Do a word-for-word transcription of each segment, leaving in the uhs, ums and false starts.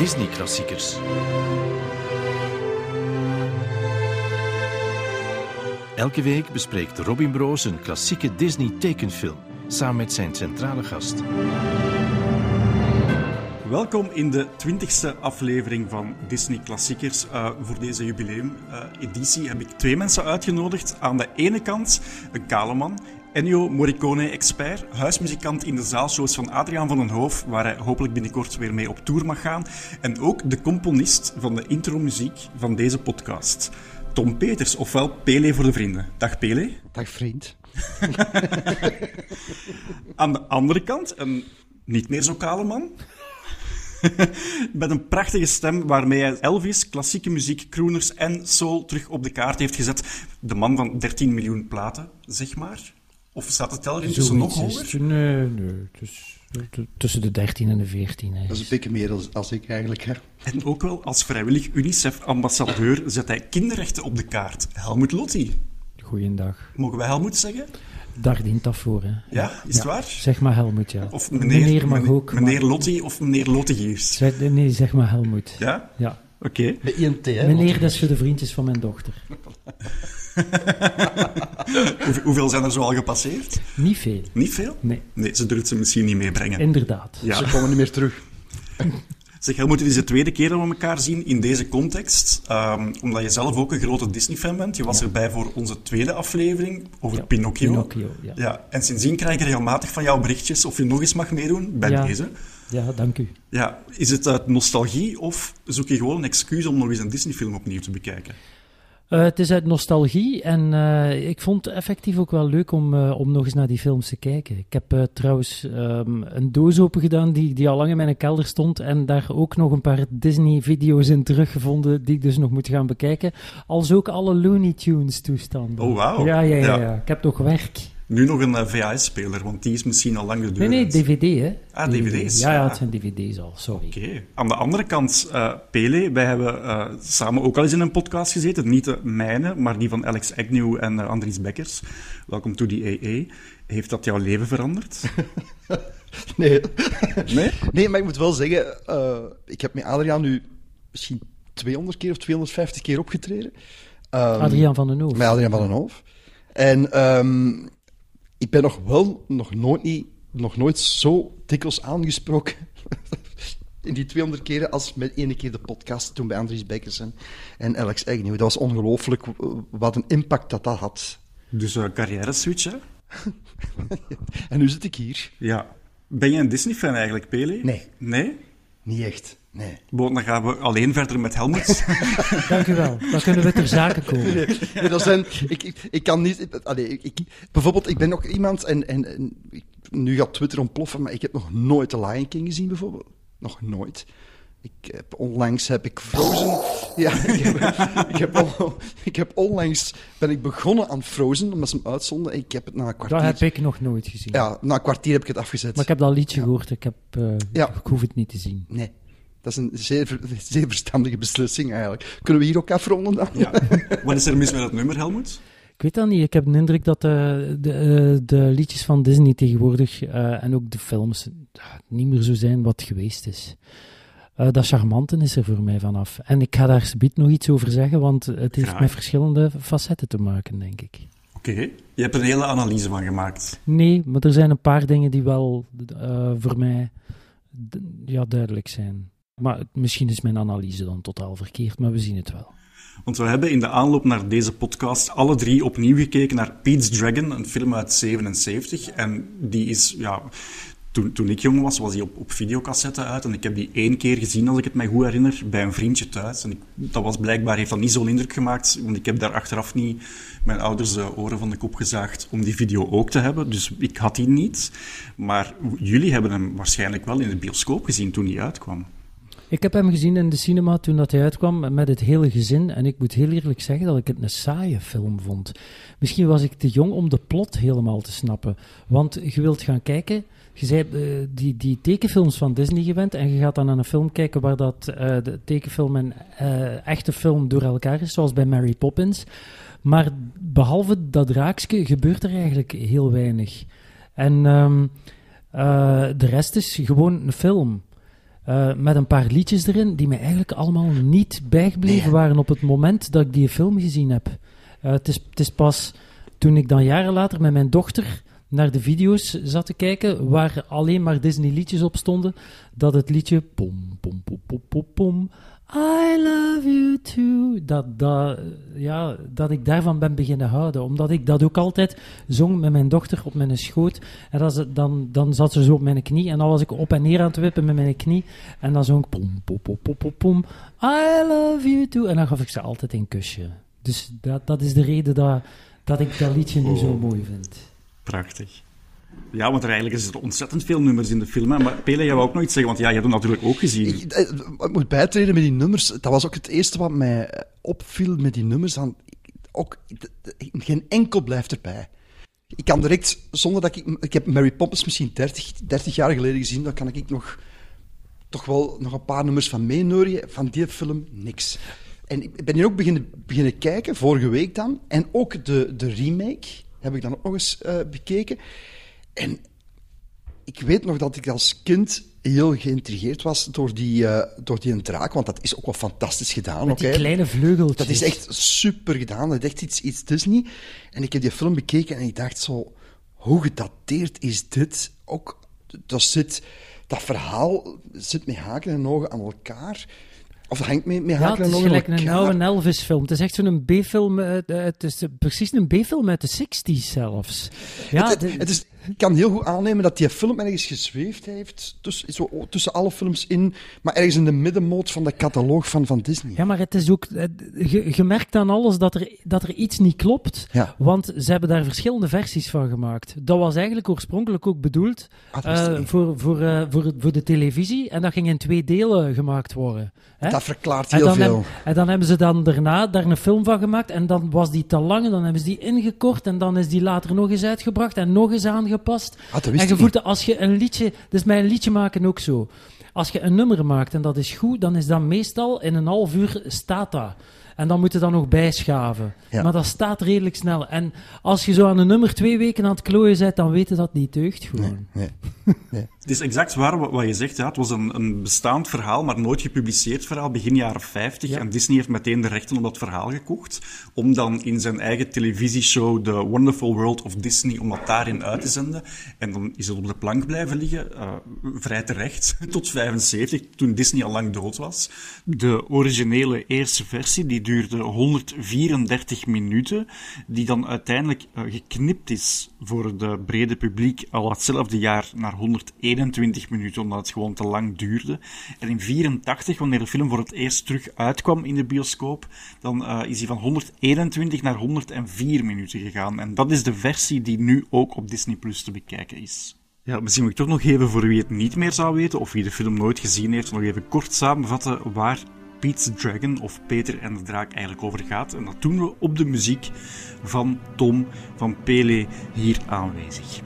Disney-klassiekers. Elke week bespreekt Robin Broos een klassieke Disney-tekenfilm, samen met zijn centrale gast. Welkom in de twintigste aflevering van Disney Klassiekers. Uh, voor deze jubileum-editie uh, heb ik twee mensen uitgenodigd. Aan de ene kant een kale man, Ennio Morricone-expert, huismuzikant in de zaalshows van Adriaan van den Hoof, waar hij hopelijk binnenkort weer mee op tour mag gaan. En ook de componist van de intromuziek van deze podcast, Tom Peters, ofwel Pele voor de vrienden. Dag Pele. Dag vriend. Aan de andere kant een niet meer zo kale man. Met een prachtige stem waarmee hij Elvis, klassieke muziek, crooners en soul terug op de kaart heeft gezet. De man van dertien miljoen platen, zeg maar. Of staat het tel intussen nog hoger? Nee, nee. Dus, tussen de dertien en de veertien. Hè. Dat is een beetje meer als, als ik eigenlijk heb. En ook wel als vrijwillig UNICEF-ambassadeur zet hij kinderrechten op de kaart. Helmut Lotti. Goeiedag. Mogen wij Helmut zeggen? Daar dient dat voor, hè. Ja, is het ja. waar? Zeg maar Helmut, ja. Of meneer, meneer mag meneer, ook. Meneer maar... Lotti of meneer Lottegiers? Zeg, nee, zeg maar Helmut. Ja? Ja. Oké. Okay. Met één T, hè? Meneer, dat is voor de vriendjes van mijn dochter. Hoe, hoeveel zijn er zo al gepasseerd? Niet veel. Niet veel? Nee. Nee, ze durft ze misschien niet meebrengen. Inderdaad. Ja. Ze komen niet meer terug. Zeg, Helmut, het is de tweede keer dat we elkaar zien in deze context. Um, omdat je zelf ook een grote Disney-fan bent. Je was ja. erbij voor onze tweede aflevering over ja, Pinocchio. Pinocchio ja. Ja, en sindsdien krijg ik regelmatig van jou berichtjes of je nog eens mag meedoen bij ja. deze. Ja, dank u. Ja, is het uit nostalgie of zoek je gewoon een excuus om nog eens een Disney-film opnieuw te bekijken? Uh, het is uit nostalgie en uh, ik vond het effectief ook wel leuk om, uh, om nog eens naar die films te kijken. Ik heb uh, trouwens um, een doos open gedaan die, die al lang in mijn kelder stond en daar ook nog een paar Disney-video's in teruggevonden die ik dus nog moet gaan bekijken. Als ook alle Looney Tunes toestanden. Oh, wauw. Ja, ja, ja, ja. ja. Ik heb nog werk. Nu nog een uh, V H S-speler, want die is misschien al lang de deur. Nee, nee, D V D, hè. Ah, D V D's. Ja, ja, het zijn D V D's al, sorry. Oké. Okay. Aan de andere kant, uh, Pele, wij hebben uh, samen ook al eens in een podcast gezeten. Niet de mijne, maar die van Alex Agnew en uh, Andries Bekkers. Welkom to the A A. Heeft dat jouw leven veranderd? Nee. Nee? Nee, maar ik moet wel zeggen, uh, ik heb met Adriaan nu misschien tweehonderd keer of tweehonderdvijftig keer opgetreden. Um, Adriaan van den Hoof. Met Adriaan van den Hoof. En um, ik ben nog wel nog nooit, niet, nog nooit zo dikwijls aangesproken in die tweehonderd keren als met ene keer de podcast toen bij Andries Bekkers en, en Alex Agnew. Dat was ongelooflijk wat een impact dat dat had. Dus uh, carrière-switch, hè? En nu zit ik hier. Ja. Ben je een Disney-fan eigenlijk, Pele? Nee. Nee? Niet echt, nee. Bon, dan gaan we alleen verder met Helmut. Dank u wel. Dan kunnen we ter zake komen. Nee, nee, dat zijn, ik, ik, ik kan niet... Ik, allee, ik, ik, bijvoorbeeld, ik ben nog iemand... En, en, en ik, nu gaat Twitter ontploffen, maar ik heb nog nooit The Lion King gezien, bijvoorbeeld. Nog nooit. Ik heb, onlangs heb ik Frozen... Ja, ik heb, ik, heb al, ik heb onlangs... Ben ik begonnen aan Frozen, omdat ze hem uitzonden. Ik heb het na een kwartier... Dat heb ik nog nooit gezien. Ja, na een kwartier heb ik het afgezet. Maar ik heb dat liedje ja. gehoord. Ik, heb, uh, ja. ik hoef het niet te zien. Nee. Dat is een zeer, zeer verstandige beslissing, eigenlijk. Kunnen we hier ook afronden dan? Ja. Wat is er mis met dat nummer, Helmut? Ik weet dat niet. Ik heb de indruk dat de, de, de liedjes van Disney tegenwoordig uh, en ook de films uh, niet meer zo zijn wat geweest is. Uh, dat charmante is er voor mij vanaf. En ik ga daar subiet nog iets over zeggen, want het heeft Graag. met verschillende facetten te maken, denk ik. Oké. Okay. Je hebt er een hele analyse van gemaakt. Nee, maar er zijn een paar dingen die wel uh, voor mij d- ja, duidelijk zijn. Maar misschien is mijn analyse dan totaal verkeerd, maar we zien het wel. Want we hebben in de aanloop naar deze podcast alle drie opnieuw gekeken naar Pete's Dragon, een film uit zevenenzeventig. En die is, ja... Toen, toen ik jong was, was die op, op videocassette uit. En ik heb die één keer gezien, als ik het mij goed herinner, bij een vriendje thuis. En ik, dat was blijkbaar, heeft dat niet zo'n indruk gemaakt. Want ik heb daar achteraf niet mijn ouders de oren van de kop gezaagd om die video ook te hebben. Dus ik had die niet. Maar jullie hebben hem waarschijnlijk wel in de bioscoop gezien toen hij uitkwam. Ik heb hem gezien in de cinema toen dat hij uitkwam met het hele gezin. En ik moet heel eerlijk zeggen dat ik het een saaie film vond. Misschien was ik te jong om de plot helemaal te snappen. Want je wilt gaan kijken... Je bent uh, die, die tekenfilms van Disney gewend en je gaat dan naar een film kijken waar dat uh, de tekenfilm en uh, echte film door elkaar is, zoals bij Mary Poppins. Maar behalve dat raakje gebeurt er eigenlijk heel weinig. En um, uh, de rest is gewoon een film. Uh, met een paar liedjes erin die mij eigenlijk allemaal niet bijgebleven nee. waren op het moment dat ik die film gezien heb. Uh, het, is, het is pas toen ik dan jaren later met mijn dochter naar de video's zat te kijken, waar alleen maar Disney liedjes op stonden, dat het liedje pom, pom, pom, pom, pom, pom, I love you too, dat, dat, ja, dat ik daarvan ben beginnen houden. Omdat ik dat ook altijd zong met mijn dochter op mijn schoot. En dat ze, dan, dan zat ze zo op mijn knie en dan was ik op en neer aan het wippen met mijn knie. En dan zong ik pom, pom, pom, pom, pom, pom, I love you too. En dan gaf ik ze altijd een kusje. Dus dat, dat is de reden dat, dat ik dat liedje nu zo mooi vind. Prachtig. Ja, want er eigenlijk is er ontzettend veel nummers in de film. Hè? Maar Pele, jij wou ook nog iets zeggen, want ja, je hebt hem natuurlijk ook gezien. Ik, ik moet bijtreden met die nummers. Dat was ook het eerste wat mij opviel met die nummers. Dan, ook, geen enkel blijft erbij. Ik kan direct, zonder dat ik... Ik heb Mary Poppins misschien dertig, dertig jaar geleden gezien. Dan kan ik nog, toch wel nog een paar nummers van meeneurien. Van die film, niks. En ik ben hier ook beginnen, beginnen kijken, vorige week dan. En ook de, de remake heb ik dan ook nog eens uh, bekeken. En ik weet nog dat ik als kind heel geïntrigeerd was door die, uh, door die draak, want dat is ook wel fantastisch gedaan. Met die okay? kleine vleugels. Dat is echt super gedaan. Dat is echt iets, iets Disney. En ik heb die film bekeken en ik dacht zo, hoe gedateerd is dit? Ook, dat, zit, dat verhaal zit met haken en ogen aan elkaar. Of dat hangt met, met ja, haken en ogen aan elkaar. Ja, het is gelijk een oude Elvis-film. Het is echt zo'n B-film. Uh, het is precies een B-film uit de zestig's zelfs. Ja, het, de, het is, ik kan heel goed aannemen dat die film ergens gezweefd heeft, tussen, zo, tussen alle films in, maar ergens in de middenmoot van de catalogus van, van Disney. Ja, maar het is ook... Je, je merkt aan alles dat er, dat er iets niet klopt, ja. want ze hebben daar verschillende versies van gemaakt. Dat was eigenlijk oorspronkelijk ook bedoeld ah, uh, voor, voor, uh, voor, voor de televisie, en dat ging in twee delen gemaakt worden. Hè? Dat verklaart heel en veel. Heb, en dan hebben ze dan daarna daar een film van gemaakt, en dan was die te lang, en dan hebben ze die ingekort, en dan is die later nog eens uitgebracht, en nog eens aangepast. Ah, en je voelt, als je een liedje... Dus met een liedje maken ook zo. Als je een nummer maakt en dat is goed, dan is dat meestal in een half uur staat dat. En dan moet je dan nog bijschaven. Ja. Maar dat staat redelijk snel. En als je zo aan een nummer twee weken aan het klooien bent, dan weet je dat niet deugt gewoon. Nee, nee, nee. Het is exact waar wat je zegt. Ja. Het was een, een bestaand verhaal, maar nooit gepubliceerd verhaal, begin jaren vijftig. Ja. En Disney heeft meteen de rechten op dat verhaal gekocht, om dan in zijn eigen televisieshow The Wonderful World of Disney, om dat daarin uit te zenden. En dan is het op de plank blijven liggen, uh, vrij terecht, tot vijfenzeventig, toen Disney al lang dood was. De originele eerste versie, die duurde honderdvierendertig minuten, die dan uiteindelijk uh, geknipt is voor de brede publiek al hetzelfde jaar naar honderdeenentwintig minuten, omdat het gewoon te lang duurde. En in vierentachtig, wanneer de film voor het eerst terug uitkwam in de bioscoop, dan uh, is hij van honderdeenentwintig naar honderdvier minuten gegaan. En dat is de versie die nu ook op Disney Plus te bekijken is. Ja, misschien moet ik toch nog even, voor wie het niet meer zou weten, of wie de film nooit gezien heeft, nog even kort samenvatten waar Pete's Dragon, of Peter en de Draak, eigenlijk over gaat. En dat doen we op de muziek van Tom van Pele, hier aanwezig.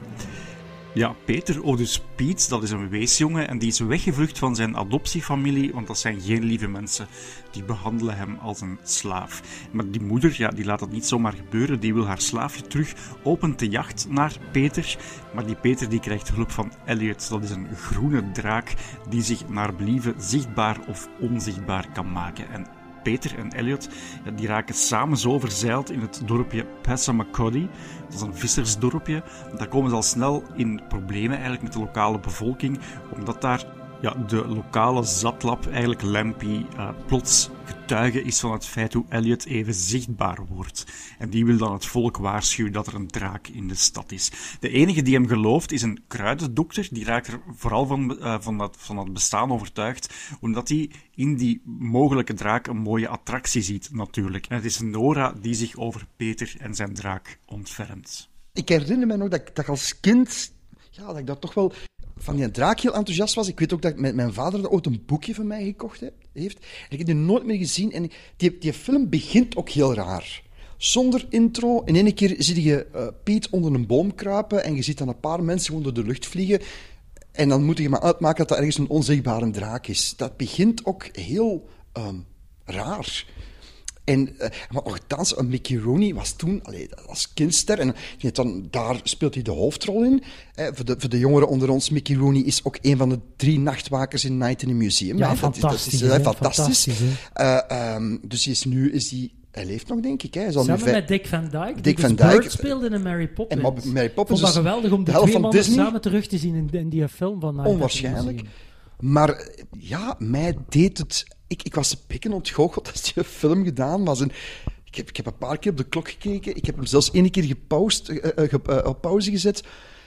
Ja, Peter, of dus Piet, dat is een weesjongen en die is weggevlucht van zijn adoptiefamilie, want dat zijn geen lieve mensen. Die behandelen hem als een slaaf. Maar die moeder, ja, die laat dat niet zomaar gebeuren. Die wil haar slaafje terug, opent de jacht naar Peter. Maar die Peter die krijgt hulp van Elliot. Dat is een groene draak die zich naar believen zichtbaar of onzichtbaar kan maken. En Peter en Elliot, ja, die raken samen zo verzeild in het dorpje Passamaquoddy. Dat is een vissersdorpje. Daar komen ze al snel in problemen eigenlijk met de lokale bevolking, omdat daar ja, de lokale zatlap, eigenlijk Lampy, uh, plots getuige is van het feit hoe Elliot even zichtbaar wordt. En die wil dan het volk waarschuwen dat er een draak in de stad is. De enige die hem gelooft is een kruidendokter. Die raakt er vooral van, uh, van, dat, van dat bestaan overtuigd, omdat hij in die mogelijke draak een mooie attractie ziet, natuurlijk. En het is Nora die zich over Peter en zijn draak ontfermt. Ik herinner me nog dat ik, dat ik als kind, ja, dat ik dat toch wel van die draak heel enthousiast was. Ik weet ook dat mijn, mijn vader dat ooit een boekje van mij gekocht he, heeft. En ik heb die nooit meer gezien. En die, die film begint ook heel raar. Zonder intro. In één keer zie je uh, Piet onder een boom kruipen en je ziet dan een paar mensen gewoon door de lucht vliegen. En dan moet je maar uitmaken dat dat ergens een onzichtbare draak is. Dat begint ook heel um, raar. En, uh, maar nogthans, Mickey Rooney was toen allee, als kindster, en dan, daar speelt hij de hoofdrol in. Eh, voor, de, voor de jongeren onder ons, Mickey Rooney is ook een van de drie nachtwakers in Night in the Museum. Ja, hè. fantastisch. Dat is, dat is, hè, uh, fantastisch. fantastisch uh, um, dus hij is nu... Is die, hij leeft nog, denk ik. Hè. Hij is al Samen nu met Dick Van Dyke, Dick die Van dus Dyke Bird speelde in Mary Poppins. En Mary Poppins. Ik vond dat dus geweldig om die de helft twee van mannen Disney. samen terug te zien in, in die film van Night at the Onwaarschijnlijk. Museum. Maar ja, mij deed het... Ik, ik was een pikken ontgoocheld als die film gedaan was. En ik, heb, ik heb een paar keer op de klok gekeken. Ik heb hem zelfs één keer gepaused, uh, uh, ge, uh, op pauze gezet.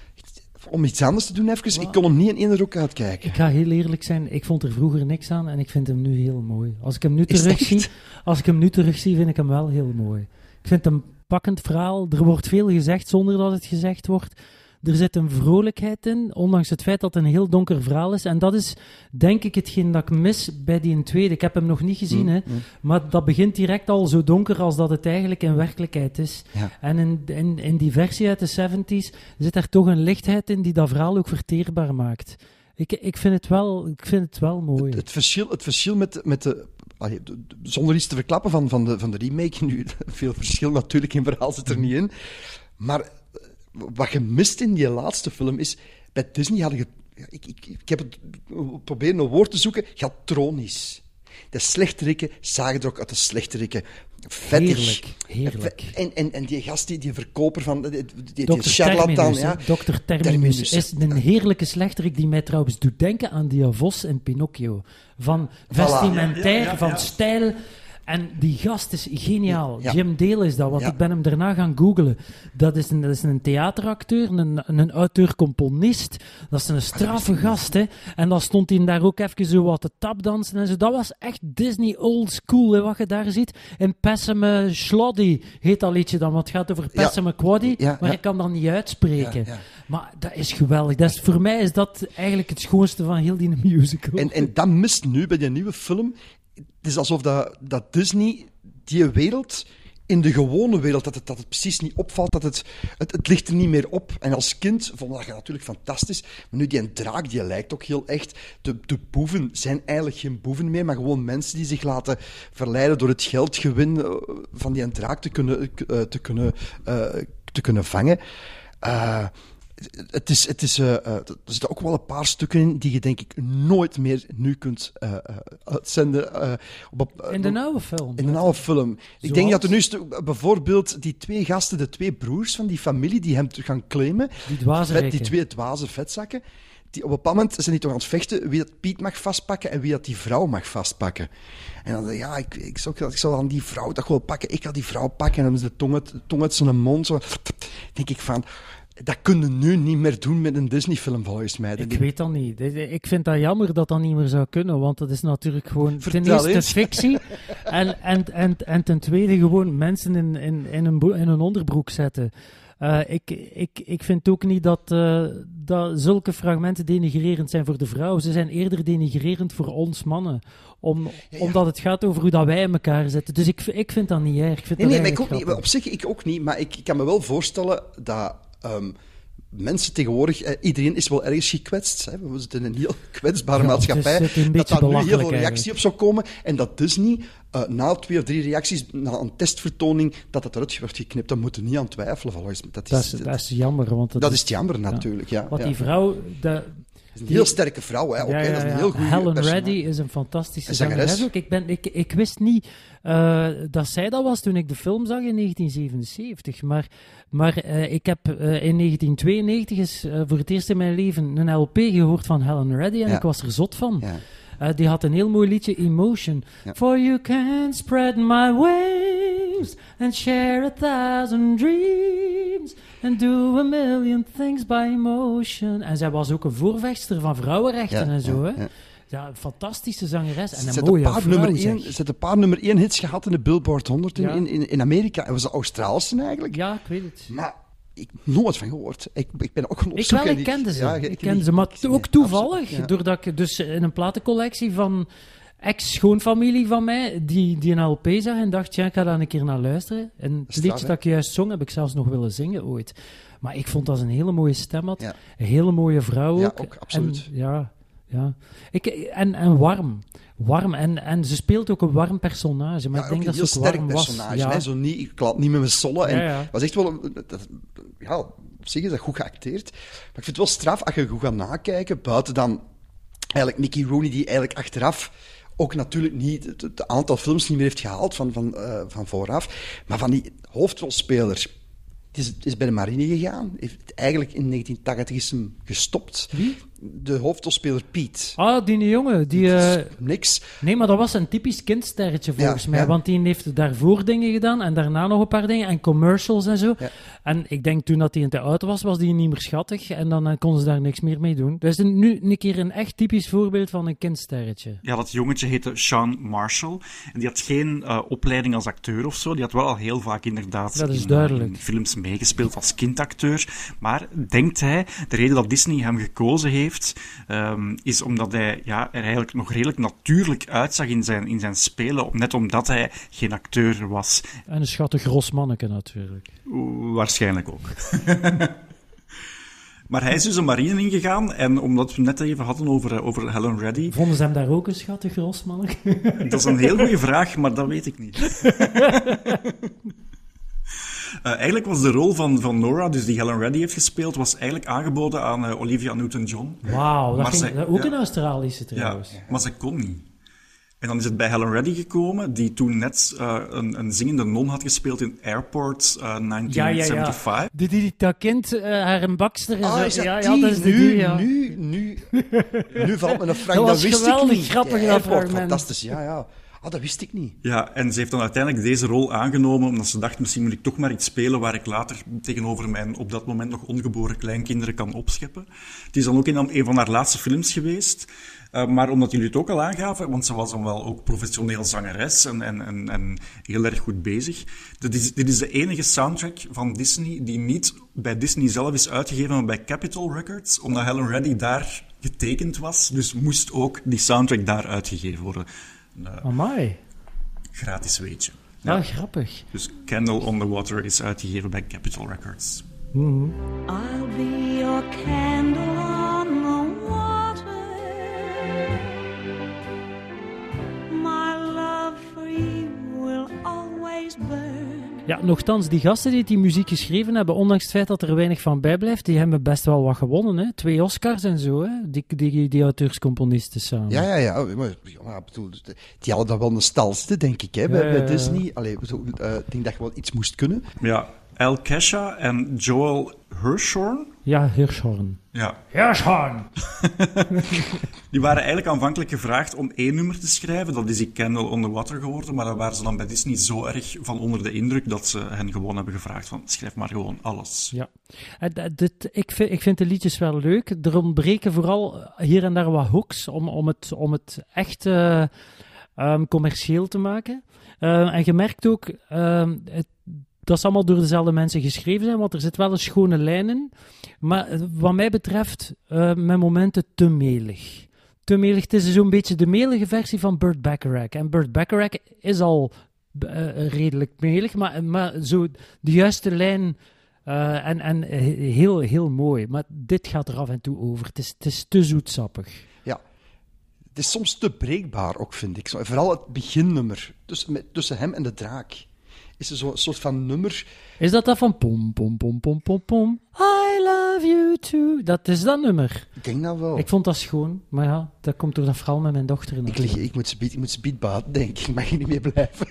Om iets anders te doen even. Ik kon hem niet in één rok uitkijken. Ik ga heel eerlijk zijn, ik vond er vroeger niks aan en ik vind hem nu heel mooi. Als ik hem nu Is terug het zie, echt? als ik hem nu terugzie, vind ik hem wel heel mooi. Ik vind hem een pakkend verhaal. Er wordt veel gezegd zonder dat het gezegd wordt. Er zit een vrolijkheid in, ondanks het feit dat het een heel donker verhaal is. En dat is, denk ik, hetgeen dat ik mis bij die tweede. Ik heb hem nog niet gezien, Mm, hè. mm. Maar dat begint direct al zo donker als dat het eigenlijk in werkelijkheid is. Ja. En in, in, in die versie uit de zeventig zit er toch een lichtheid in die dat verhaal ook verteerbaar maakt. Ik, ik, vind, het wel, ik vind het wel mooi. Het, het verschil, het verschil met, met de... allee, de- de- zonder iets te verklappen van, van, de, van de remake, nu, veel verschil natuurlijk in verhaal zit er niet in. Maar eh, wat je mist in die laatste film is... Bij Disney hadden je... ja, Ik, ik, ik heb het proberen een woord te zoeken. Je had tronisch. De slechterikken zagen er ook uit de slechterikken. Vettig. Heerlijk, heerlijk. En, en, en die gast, die, die verkoper van... Die, die, die dokter charlatan, Terminus, ja. hè. dokter Terminus, Terminus, is een heerlijke slechterik die mij trouwens doet denken aan die Vos in Pinocchio. Van vestimentair, Ja, ja, ja, van ja. stijl. En die gast is geniaal. Ja. Jim Dale is dat, want Ja. ik ben hem daarna gaan googlen. Dat is een, dat is een theateracteur, een, een auteur-componist. Dat is een straffe gast, hè. En dan stond hij daar ook even zo wat te tapdansen en zo. Dat was echt Disney old school, hè, wat je daar ziet. En Pessime Schloddy heet dat liedje dan, want het gaat over Ja. Pessime Quoddy, Ja, maar ja. ik kan dat niet uitspreken. Ja, ja. Maar dat is geweldig. Dat is, voor mij is dat eigenlijk het schoonste van heel die musical. En, en dat mist nu bij die nieuwe film. Het is alsof dat, dat Disney die wereld in de gewone wereld, dat het, dat het precies niet opvalt, dat het, het, het ligt er niet meer op. En als kind vond ik dat natuurlijk fantastisch. Maar nu, die een draak, die lijkt ook heel echt. De, de boeven zijn eigenlijk geen boeven meer, maar gewoon mensen die zich laten verleiden door het geldgewin eh, van die een draak te kunnen, eh, te kunnen, eh, te kunnen vangen. Eh, Het is, het is, uh, uh, er zitten ook wel een paar stukken in die je denk ik nooit meer nu kunt uh, uh, uitzenden. Uh, op, uh, in de oude film. In een oude film. Ik Zoals? denk dat er nu stu- bijvoorbeeld die twee gasten, de twee broers van die familie, die hem te gaan claimen. Die dwaze vet, die rikken. twee dwaze vetzakken. Die, op een bepaald moment zijn die toch aan het vechten wie dat Piet mag vastpakken en wie dat die vrouw mag vastpakken. En dan ja, ik, ik, zou, ik zou dan die vrouw toch wel pakken. Ik ga die vrouw pakken en dan is de tong uit, de tong uit zijn mond. Zo. Denk ik van... Dat kun je nu niet meer doen met een Disney-film, volgens mij. Ik weet dat niet. Ik vind dat jammer dat dat niet meer zou kunnen, want dat is natuurlijk gewoon ten Vertel eerste eens. fictie en, en, en, en ten tweede gewoon mensen in, in, in, een, bro- in een onderbroek zetten. Uh, ik, ik, ik vind ook niet dat, uh, dat zulke fragmenten denigrerend zijn voor de vrouw. Ze zijn eerder denigrerend voor ons mannen. Om, Ja, ja. Omdat het gaat over hoe dat wij in elkaar zitten. Dus ik, ik vind dat niet erg. Ik vind Nee, dat nee, maar ik ook eigenlijk niet. Op zich, ik ook niet. Maar ik, ik kan me wel voorstellen dat um, mensen tegenwoordig... Eh, iedereen is wel ergens gekwetst. Hè. We zitten in een heel kwetsbare Ja, maatschappij. het is- het is een dat beetje daar nu heel veel belachelijk reactie op zou komen. En dat Disney, uh, na twee of drie reacties, na een testvertoning, dat dat eruit wordt geknipt. Daar moeten we niet aan twijfelen, volgens mij. Dat is, Dat is, dat is jammer. Want dat, dat is het jammer, natuurlijk. Ja, Wat ja. die vrouw... De, is een heel sterke vrouw, hè. Ook, Ja, hè. ja, Dat is een ja. heel goede Helen personage. Reddy is een fantastische Een zangeres. zangeres ook. Ik, ben, ik, ik wist niet uh, dat zij dat was toen ik de film zag in negentien zevenenzeventig. Maar, maar uh, ik heb uh, in negentien tweeënnegentig eens, uh, voor het eerst in mijn leven een L P gehoord van Helen Reddy en Ja. ik was er zot van. Ja. Uh, die had een heel mooi liedje, Emotion. Ja. For you can spread my wings and share a thousand dreams and do a million things by emotion. En zij was ook een voorvechter van vrouwenrechten Ja, en zo. ja, hè. ja. Ja, een fantastische zangeres en Ze een heeft mooie een paar vrouw, nummer zeg. één, ze heeft een paar nummer één hits gehad in de Billboard honderd in, Ja. in, in, in Amerika. En was een Australische eigenlijk. Ja, ik weet het. Maar ik nooit van gehoord. Ik, ik ben ook gewoon Ik opzoeken. wel, ik kende ze. Ja, ik kende ze, maar nee, ook toevallig. absoluut, ja. Doordat ik dus in een platencollectie van ex-schoonfamilie van mij, die, die een L P zag en dacht, ja, ik ga daar een keer naar luisteren. En het Straf, liedje hè? dat ik juist zong, heb ik zelfs nog willen zingen ooit. Maar ik vond dat ze een hele mooie stem had. Ja. Een hele mooie vrouw Ja, ook. ook, absoluut. En, ja, Ja. Ik, en, en warm. Warm. En, en ze speelt ook een warm personage. Maar Ja, ik denk ook dat een ze heel ook sterk warm was. personage. Ja. Hè? Zo niet, ik laat niet met mijn sollen. En Ja, ja. het was echt wel... Een, dat, ja, op zich is dat goed geacteerd. Maar ik vind het wel straf als je goed gaat nakijken. Buiten dan eigenlijk Mickey Rooney, die eigenlijk achteraf ook natuurlijk niet het, het aantal films niet meer heeft gehaald van, van, uh, van vooraf. Maar van die hoofdrolspelers... Het is, het is bij de marine gegaan. Heeft, eigenlijk in negentien tachtig is hem gestopt. Wie? De hoofdrolspeler Piet. Ah, die jongen. Die, Dat uh... is niks. Nee, maar dat was een typisch kindsterretje volgens Ja, mij. ja. Want die heeft daarvoor dingen gedaan en daarna nog een paar dingen. En commercials en zo. Ja. En ik denk toen dat hij te oud was, was die niet meer schattig. En dan uh, konden ze daar niks meer mee doen. Dus een, nu een keer een echt typisch voorbeeld van een kindsterretje. Ja, dat jongetje heette Sean Marshall. En die had geen uh, opleiding als acteur of zo. Die had wel al heel vaak inderdaad Dat is in, duidelijk. in films meegespeeld als kindacteur. Maar denkt hij, de reden dat Disney hem gekozen heeft, um, is omdat hij ja, er eigenlijk nog redelijk natuurlijk uitzag in zijn, in zijn spelen. Net omdat hij geen acteur was. En een schattig gros manneke natuurlijk. Waarschijnlijk ook. Maar hij is dus een marine ingegaan. En omdat we net even hadden over, over Helen Reddy... Vonden ze hem daar ook een schattig gros manneke? Dat is een heel goede vraag, maar dat weet ik niet. Uh, eigenlijk was de rol van, van Nora, dus die Helen Reddy heeft gespeeld, was eigenlijk aangeboden aan uh, Olivia Newton-John. Wauw, dat Maar ging, zij- dat ook ja. een Australische trouwens. Ja, maar ze kon niet. En dan is het bij Helen Reddy gekomen, die toen net uh, een, een zingende non had gespeeld in Airport uh, Ja, negentien ja, zevenenzeventig. ja. Die, die, die dat kind, uh, haar een bakster en Ah, zo. is dat ja, die? ja, dat is de nu, die, ja. nu, nu, nu valt me een Frank, Dat dat, was wist geweldig ik niet. grappig, Ja, dat Airport, fragment. fantastisch, ja, ja. Ah, dat wist ik niet. Ja, en ze heeft dan uiteindelijk deze rol aangenomen, omdat ze dacht, misschien moet ik toch maar iets spelen waar ik later tegenover mijn op dat moment nog ongeboren kleinkinderen kan opscheppen. Het is dan ook in een van haar laatste films geweest. Uh, maar omdat jullie het ook al aangaven, want ze was dan wel ook professioneel zangeres en, en, en, en heel erg goed bezig. Dit is, dit is de enige soundtrack van Disney die niet bij Disney zelf is uitgegeven, maar bij Capitol Records, omdat Helen Reddy daar getekend was. Dus moest ook die soundtrack daar uitgegeven worden. Uh, Amai. gratis weetje. Ja, grappig. Dus Candle on the Water is uitgegeven bij Capitol Records. Mhm. I'll be your candle on the water. My love for you will always burn. Ja, nochtans, die gasten die die muziek geschreven hebben, ondanks het feit dat er weinig van bijblijft, die hebben best wel wat gewonnen, hè. Twee Oscars en zo, hè. Die, die, die auteurscomponisten samen. Ja, ja, ja. Oh, maar, ja, maar, ik bedoel, die hadden dat wel een stal zitten, denk ik, hè, bij, Ja, bij ja, ja. Disney. Allee, bedoel, uh, ik denk dat je wel iets moest kunnen. Ja, Al Kesha en Joel Hirshhorn. Ja, Hirschhorn. Ja, Hirschhorn! die waren eigenlijk aanvankelijk gevraagd om één nummer te schrijven. Dat is die Candle on the Water geworden. Maar daar waren ze dan bij Disney zo erg van onder de indruk dat ze hen gewoon hebben gevraagd van schrijf maar gewoon alles. Ja. En, eh, dit, ik, vind, ik vind de liedjes wel leuk. Er ontbreken vooral hier en daar wat hooks om, om, het, om het echt uh, um, commercieel te maken. Uh, en je merkt ook... Uh, het, dat ze allemaal door dezelfde mensen geschreven zijn, want er zit wel een schone lijn in. Maar wat mij betreft, uh, met momenten te melig. Te melig. Het is zo'n beetje de melige versie van Burt Bacharach. En Burt Bacharach is al uh, redelijk melig, maar, maar zo de juiste lijn uh, en, en heel, heel mooi. Maar dit gaat er af en toe over. Het is, het is te zoetsappig. Ja. Het is soms te breekbaar ook, vind ik. Zo, vooral het beginnummer tussen, met, tussen hem en de draak. Is er zo'n soort van nummer... Is dat dat van pom, pom, pom, pom, pom, pom, I love you too? Dat is dat nummer. Ik denk dat wel. Ik vond dat schoon, maar ja, dat komt door dat verhaal met mijn dochter. Ik, lig, ik moet speed, ik moet speed baden, denk ik. Ik mag hier niet meer blijven.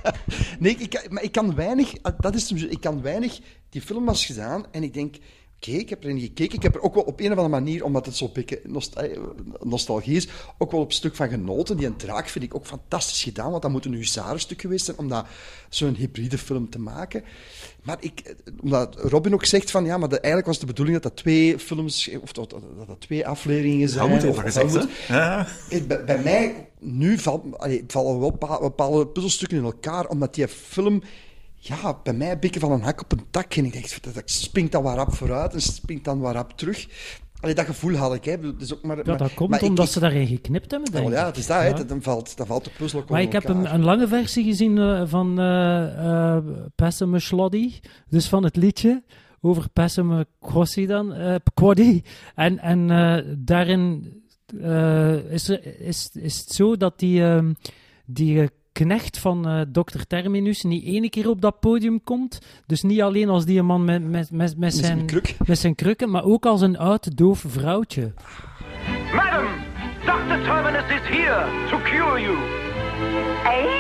Nee, ik, maar ik kan weinig... Dat is, ik kan weinig... Die film was gedaan en ik denk... Oké, okay, ik heb er niet gekeken. Ik heb er ook wel op een of andere manier, omdat het zo'n beetje nost- nostalgie is, ook wel op een stuk van genoten. Die een draak vind ik ook fantastisch gedaan, want dat moet een huzarenstuk geweest zijn om dat zo'n hybride film te maken. Maar ik, omdat Robin ook zegt van, ja, maar de, eigenlijk was de bedoeling dat dat twee films, of dat dat, dat, dat twee afleringen zijn. Dat moet of, even gezegd, moet, hè? Ja. Bij, bij mij, nu valt, allee, vallen wel pa- bepaalde puzzelstukken in elkaar, omdat die film... Ja, bij mij een beetje van een hak op een tak. En ik dacht, dat, dat springt dan wat rap vooruit en springt dan wat rap terug. Allee, dat gevoel had ik. Hè. Dus ook maar, Ja, maar, dat komt maar omdat ik, ze daarin geknipt hebben, denk oh, ik. ja, het is dat. Ja. Hè. Dan, valt, dan valt de puzzel ook Maar wel ik heb in elkaar. een, een lange versie gezien uh, van uh, uh, Pessime Schloddy, dus van het liedje over Pessime Crossi dan, uh, Quoddy. En, en uh, daarin uh, is, er, is, is het zo dat die, uh, die uh, knecht van uh, dokter Terminus niet ene keer op dat podium komt? Dus niet alleen als die man met, met, met, met, zijn, kruk. met zijn krukken, maar ook als een oud doof vrouwtje. Madam, dokter Terminus is here to cure you. Eh?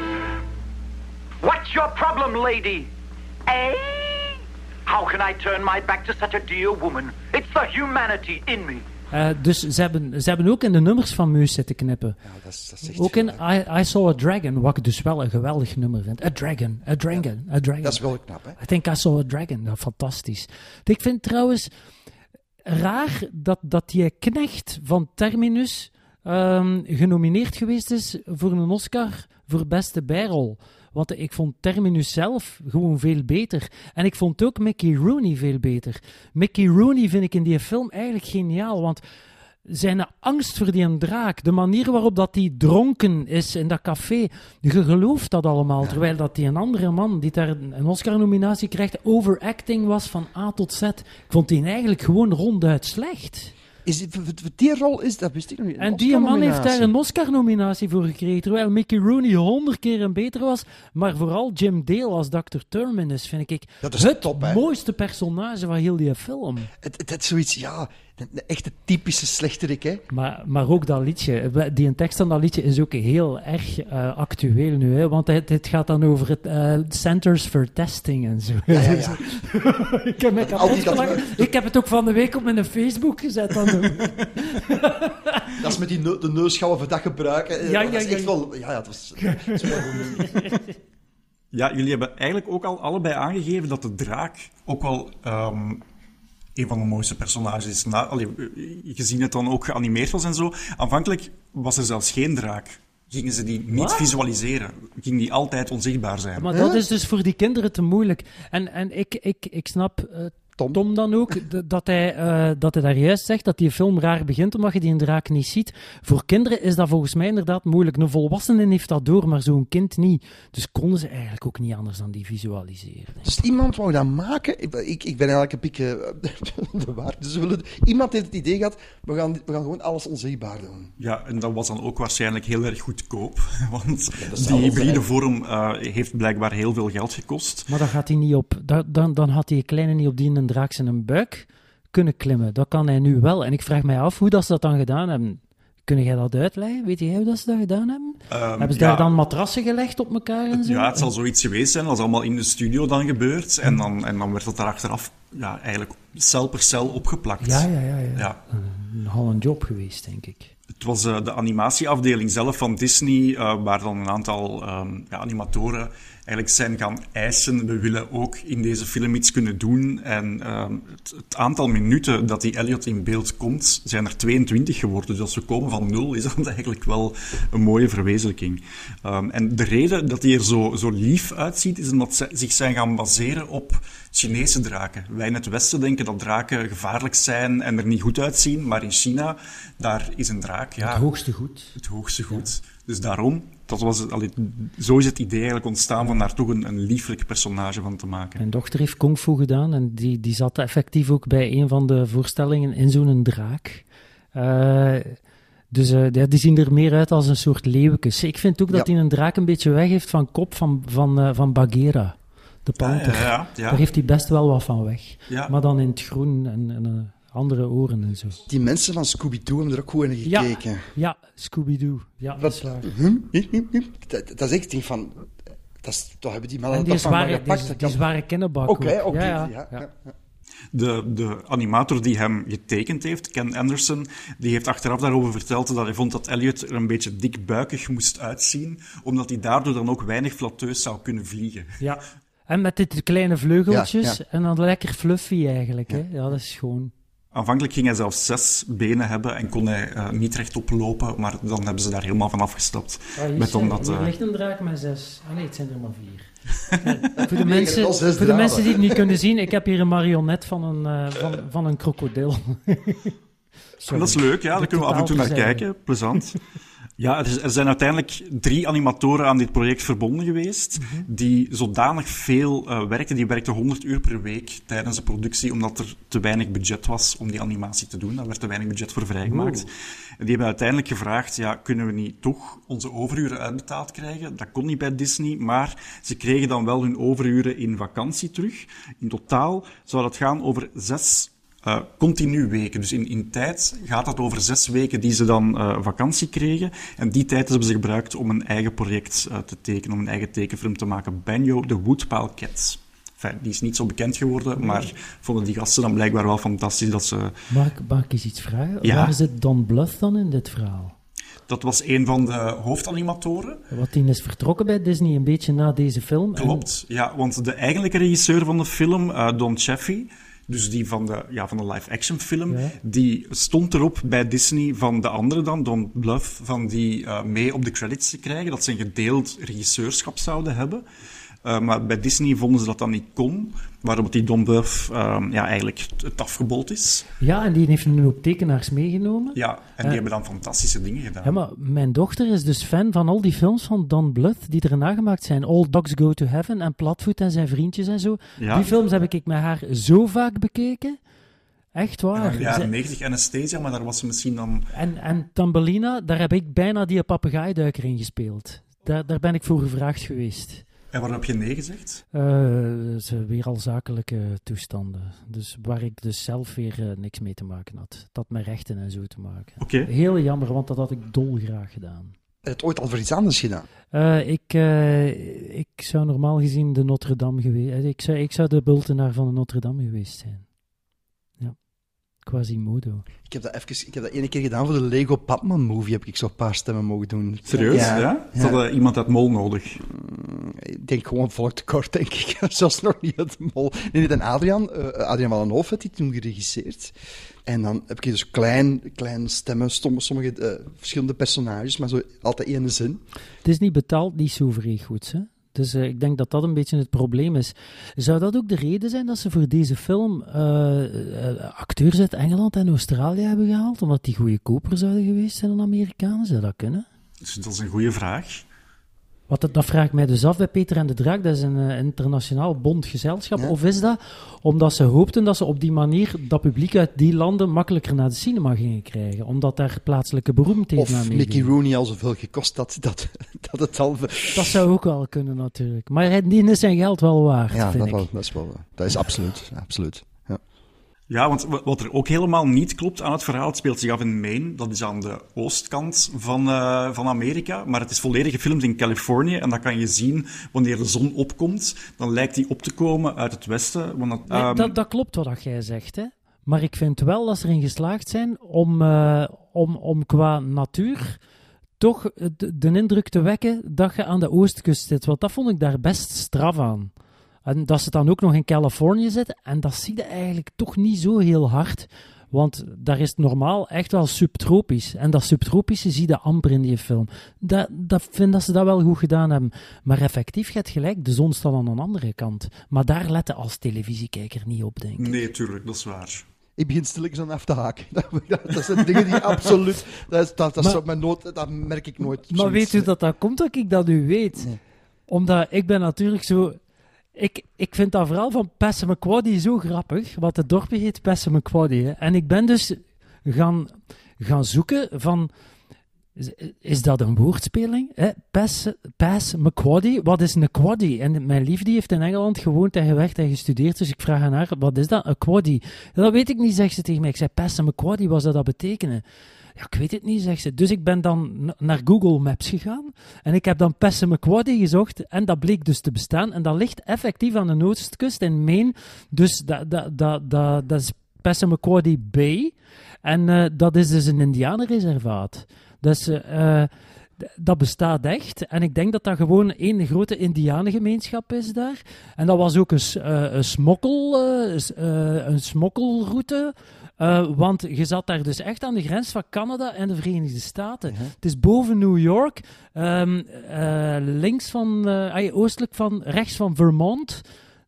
What's your problem, lady? Eh? How can I turn my back to such a dear woman? It's the humanity in me. Uh, dus ze hebben, ze hebben ook in de nummers van Meus zitten knippen. Ja, dat is, dat is echt Ook in veel, I, I Saw a Dragon, wat ik dus wel een geweldig nummer vind. A Dragon, a Dragon, a Dragon. Dat is wel knap, hè? I think I Saw a Dragon, ja, fantastisch. Ik vind trouwens raar dat, dat die knecht van Terminus um, genomineerd geweest is voor een Oscar voor beste bijrol. Want ik vond Terminus zelf gewoon veel beter. En ik vond ook Mickey Rooney veel beter. Mickey Rooney vind ik in die film eigenlijk geniaal, want zijn angst voor die draak, de manier waarop dat hij dronken is in dat café, je gelooft dat allemaal, ja. Terwijl dat die een andere man, die daar een Oscar-nominatie krijgt, overacting was van A tot Z. Ik vond die eigenlijk gewoon ronduit slecht. Is die, die rol is, dat wist ik nog niet. En die man heeft daar een Oscar-nominatie voor gekregen, terwijl Mickey Rooney honderd keer een beter was, maar vooral Jim Dale als dokter Terminus vind ik dat is het top, hè? mooiste personage van heel die film. Het, het, het zoiets, ja, de echte typische slechterik, hè? Maar, maar ook dat liedje, die tekst van dat liedje is ook heel erg uh, actueel nu, hè? Want het, het gaat dan over het uh, Centers for Testing en zo. Ja, ja, ja. ik, heb me kapot gelachen. Ik heb het ook van de week op mijn Facebook gezet. Dan dat is met die ne- de neusgallen voor dat gebruiken. Ja, dat ja, is echt ja. wel... Ja, ja, het was... Het was wel goed. Ja, jullie hebben eigenlijk ook al allebei aangegeven dat de draak ook wel um, een van de mooiste personages is. Na, allee, gezien het dan ook geanimeerd was en zo. Aanvankelijk was er zelfs geen draak. Gingen ze die niet Wat? visualiseren. Ging die altijd onzichtbaar zijn. Maar dat is dus voor die kinderen te moeilijk. En, en ik, ik, ik snap... Uh, Tom. Tom dan ook, d- dat hij, uh, dat hij daar juist zegt dat die film raar begint omdat je die een draak niet ziet. Voor kinderen is dat volgens mij inderdaad moeilijk. Een volwassene heeft dat door, maar zo'n kind niet. Dus konden ze eigenlijk ook niet anders dan die visualiseren. Dus iemand wou dat maken. Ik, ik, ik ben eigenlijk een pikje de waard. Dus we willen, iemand heeft het idee gehad, we gaan, we gaan gewoon alles onzichtbaar doen. Ja, en dat was dan ook waarschijnlijk heel erg goedkoop. Want Ja, dat die zal wel hybride zijn. vorm uh, heeft blijkbaar heel veel geld gekost. Maar dan gaat hij niet op, da, dan, dan had die kleine niet op die een draak zijn buik kunnen klimmen. Dat kan hij nu wel. En ik vraag mij af hoe dat ze dat dan gedaan hebben. Kun jij dat uitleggen? Weet jij hoe dat ze dat gedaan hebben? Um, hebben ze ja, daar dan matrassen gelegd op elkaar en zo? Ja, het zal zoiets geweest zijn. Dat is allemaal in de studio dan gebeurd. En dan, en dan werd dat daar achteraf ja, eigenlijk cel per cel opgeplakt. Ja, ja, ja. ja. Ja. Nogal een job geweest, denk ik. Het was uh, de animatieafdeling zelf van Disney, uh, waar dan een aantal um, ja, animatoren eigenlijk zijn gaan eisen. We willen ook in deze film iets kunnen doen. En um, het, het aantal minuten dat die Elliot in beeld komt, zijn er tweeëntwintig geworden. Dus als we komen van nul, is dat eigenlijk wel een mooie verwezenlijking. Um, en de reden dat hij er zo, zo lief uitziet, is omdat ze zich zijn gaan baseren op Chinese draken. Wij in het Westen denken dat draken gevaarlijk zijn en er niet goed uitzien, maar in China, daar is een draak... Ja, het hoogste goed. Het hoogste goed. Ja. Dus daarom, dat was, allee, zo is het idee eigenlijk ontstaan van daar toch een, een lieflijk personage van te maken. Mijn dochter heeft kung fu gedaan en die, die zat effectief ook bij een van de voorstellingen in zo'n draak. Uh, dus uh, ja, die zien er meer uit als een soort leeuwkes. Ik vind ook dat hij ja. een draak een beetje weg heeft van kop van, van, uh, van Bagheera. De panter. Ja, ja, ja, ja. Daar heeft hij best wel wat van weg. Ja. Maar dan in het groen en, en uh, andere oren en zo. Die mensen van Scooby-Doo hebben er ook goed in gekeken. Ja, ja Scooby-Doo. Ja, dat is waar. Dat, dat is echt ding van... Dat is, toch hebben die mannen en die dat van zware, gepakt. die, die zware kennenbak. Oké, okay, oké. Okay. Ja, ja, ja, ja. ja. De, de animator die hem getekend heeft, Ken Anderson, die heeft achteraf daarover verteld dat hij vond dat Elliot er een beetje dikbuikig moest uitzien, omdat hij daardoor dan ook weinig flatteus zou kunnen vliegen. Ja. En met dit kleine vleugeltjes ja, ja. en dan lekker fluffy eigenlijk. Ja, hè? Ja, dat is gewoon... Aanvankelijk ging hij zelfs zes benen hebben en kon hij uh, niet rechtop lopen, maar dan hebben ze daar helemaal van afgestapt. Ah, hier met zijn, omdat, hier uh... ligt een draak met zes. Ah nee, het zijn er maar vier. Ja, voor de, mensen, voor de mensen die het niet kunnen zien, ik heb hier een marionet van een, uh, van, van een krokodil. Dat is leuk, ja, daar kunnen we af en toe naar kijken. Plezant. Ja, er, is, er zijn uiteindelijk drie animatoren aan dit project verbonden geweest, mm-hmm. die zodanig veel uh, werkten. Die werkten honderd uur per week tijdens de productie, omdat er te weinig budget was om die animatie te doen. Daar werd te weinig budget voor vrijgemaakt. Wow. En die hebben uiteindelijk gevraagd, ja, kunnen we niet toch onze overuren uitbetaald krijgen? Dat kon niet bij Disney, maar ze kregen dan wel hun overuren in vakantie terug. In totaal zou dat gaan over zes Uh, continu weken. Dus in, in tijd gaat het over zes weken die ze dan uh, vakantie kregen. En die tijd hebben ze gebruikt om een eigen project uh, te tekenen, om een eigen tekenfilm te maken. Banjo, de Woodpile Cat. Enfin, die is niet zo bekend geworden, nee. maar vonden die gasten dan blijkbaar wel fantastisch dat ze... Mag ik, mag ik eens iets vragen? Ja? Waar zit Don Bluth dan in dit verhaal? Dat was een van de hoofdanimatoren. Wat die is vertrokken bij Disney een beetje na deze film. Klopt, en... ja, want de eigenlijke regisseur van de film, uh, Don Chaffee, dus die van de, ja, van de live-action film, ja. die stond erop bij Disney van de andere dan, Don Bluth, van die uh, mee op de credits te krijgen, dat ze een gedeeld regisseurschap zouden hebben. Uh, maar bij Disney vonden ze dat dat niet kon, waarop die Don Bluth uh, ja, eigenlijk het afgebold is. Ja, en die heeft nu ook tekenaars meegenomen. Ja, en die uh, hebben dan fantastische dingen gedaan. Ja, maar mijn dochter is dus fan van al die films van Don Bluth die er nagemaakt zijn. All Dogs Go to Heaven en Platvoet en zijn vriendjes en zo. Ja. Die films heb ik met haar zo vaak bekeken. Echt waar. In de jaren negentig Anastasia, maar daar was ze misschien dan... En, en Thumbelina, daar heb ik bijna die papegaaiduiker in gespeeld. Daar, daar ben ik voor gevraagd geweest. En waarom heb je nee gezegd? Uh, ze weer al zakelijke toestanden. Dus waar ik dus zelf weer uh, niks mee te maken had. Dat had met rechten en zo te maken. Okay. Heel jammer, want dat had ik dolgraag gedaan. Heb je het ooit al voor iets anders gedaan? Uh, ik, uh, ik zou normaal gezien de Notre Dame geweest... Ik zou, ik zou de bultenaar van de Notre Dame geweest zijn. Ja. Quasimodo. Ik heb dat even, ik heb dat ene keer gedaan voor de Lego Batman movie. Heb ik zo'n paar stemmen mogen doen. Serieus? Ja. ja? Is ja. dat uh, iemand uit Mol nodig? Mm, ik denk gewoon volktekort, denk ik. Zelfs nog niet uit Mol. Nee, en Adriaan, uh, Adriaan Wallenhof heeft die toen geregisseerd. En dan heb ik dus klein, klein stemmen, sommige uh, verschillende personages, maar zo altijd één zin. Disney betaalt niet zo vrij goed, hè? Dus uh, ik denk dat dat een beetje het probleem is. Zou dat ook de reden zijn dat ze voor deze film uh, uh, acteurs uit Engeland en Australië hebben gehaald? Omdat die goedkoper zouden geweest zijn dan Amerikanen? Zou dat kunnen? Dus dat is een goede vraag. Wat, dat, dat vraag ik mij dus af bij Peter en de Draak. Dat is een uh, internationaal bond gezelschap. Ja. Of is dat omdat ze hoopten dat ze op die manier dat publiek uit die landen makkelijker naar de cinema gingen krijgen? Omdat daar plaatselijke beroemdheden aan meedoen. Of Mickey Rooney al zoveel gekost dat, dat, dat het al... Dat zou ook wel kunnen natuurlijk. Maar die is zijn geld wel waard, ja, vind dat, ik. Wel, dat is wel... Dat is absoluut, absoluut. Ja. Ja, want wat er ook helemaal niet klopt aan het verhaal, het speelt zich af in Maine. Dat is aan de oostkant van, uh, van Amerika. Maar het is volledig gefilmd in Californië. En dat kan je zien wanneer de zon opkomt. Dan lijkt die op te komen uit het westen. Want dat, um... nee, dat, dat klopt wat jij zegt, hè. Maar ik vind wel dat ze erin geslaagd zijn om, uh, om, om qua natuur toch de, de indruk te wekken dat je aan de oostkust zit. Want dat vond ik daar best straf aan. En dat ze dan ook nog in Californië zitten. En dat zie je eigenlijk toch niet zo heel hard. Want daar is het normaal echt wel subtropisch. En dat subtropische zie je amper in die film. Dat, dat vind dat ze dat wel goed gedaan hebben. Maar effectief gaat gelijk, de zon staat aan een andere kant. Maar daar let je als televisiekijker niet op, denk ik. Nee, tuurlijk, dat is waar. Ik begin stilletjes aan af te haken. Dat, dat, dat zijn dingen die absoluut... Dat, is, dat, dat, maar, is op mijn nood, dat merk ik nooit. Maar weet u dat dat komt dat ik dat nu weet? Nee. Omdat ik ben natuurlijk zo... Ik, ik vind dat verhaal van Passamaquoddy zo grappig, want het dorpje heet Passamaquoddy. Hè. En ik ben dus gaan, gaan zoeken van... Is, is dat een woordspeling? Hè? Pass, Passamaquoddy, wat is een quaddy? En mijn liefde heeft in Engeland gewoond en gewerkt en gestudeerd, dus ik vraag aan haar, wat is dat, een quaddy? Dat weet ik niet, zegt ze tegen mij. Ik zei, Passamaquoddy, wat zou dat betekenen? Ja, ik weet het niet, zegt ze. Dus ik ben dan naar Google Maps gegaan en ik heb dan Passamaquoddy gezocht en dat bleek dus te bestaan. En dat ligt effectief aan de noordkust in Maine. Dus dat, dat, dat, dat, dat is Passamaquoddy Bay. En uh, dat is dus een indianenreservaat. Dus uh, dat bestaat echt. En ik denk dat dat gewoon één grote indianengemeenschap is daar. En dat was ook een, uh, een, smokkel, uh, uh, een smokkelroute. Uh, want je zat daar dus echt aan de grens van Canada en de Verenigde Staten. Uh-huh. Het is boven New York, um, uh, links van, uh, oostelijk van, rechts van Vermont.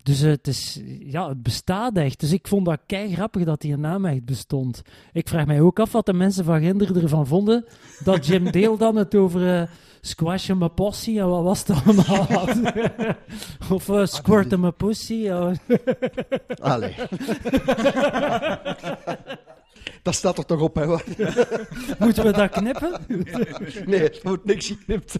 Dus uh, het, is, ja, het bestaat echt. Dus ik vond dat kei grappig dat die naam echt bestond. Ik vraag mij ook af wat de mensen van Ginder ervan vonden dat Jim Dale dan het over uh, squashen mijn possie en wat was het allemaal had. Of uh, squirten mijn pussy. Oh. Allee. Dat staat er toch op, hè? Moeten we dat knippen? Nee, er wordt niks geknipt.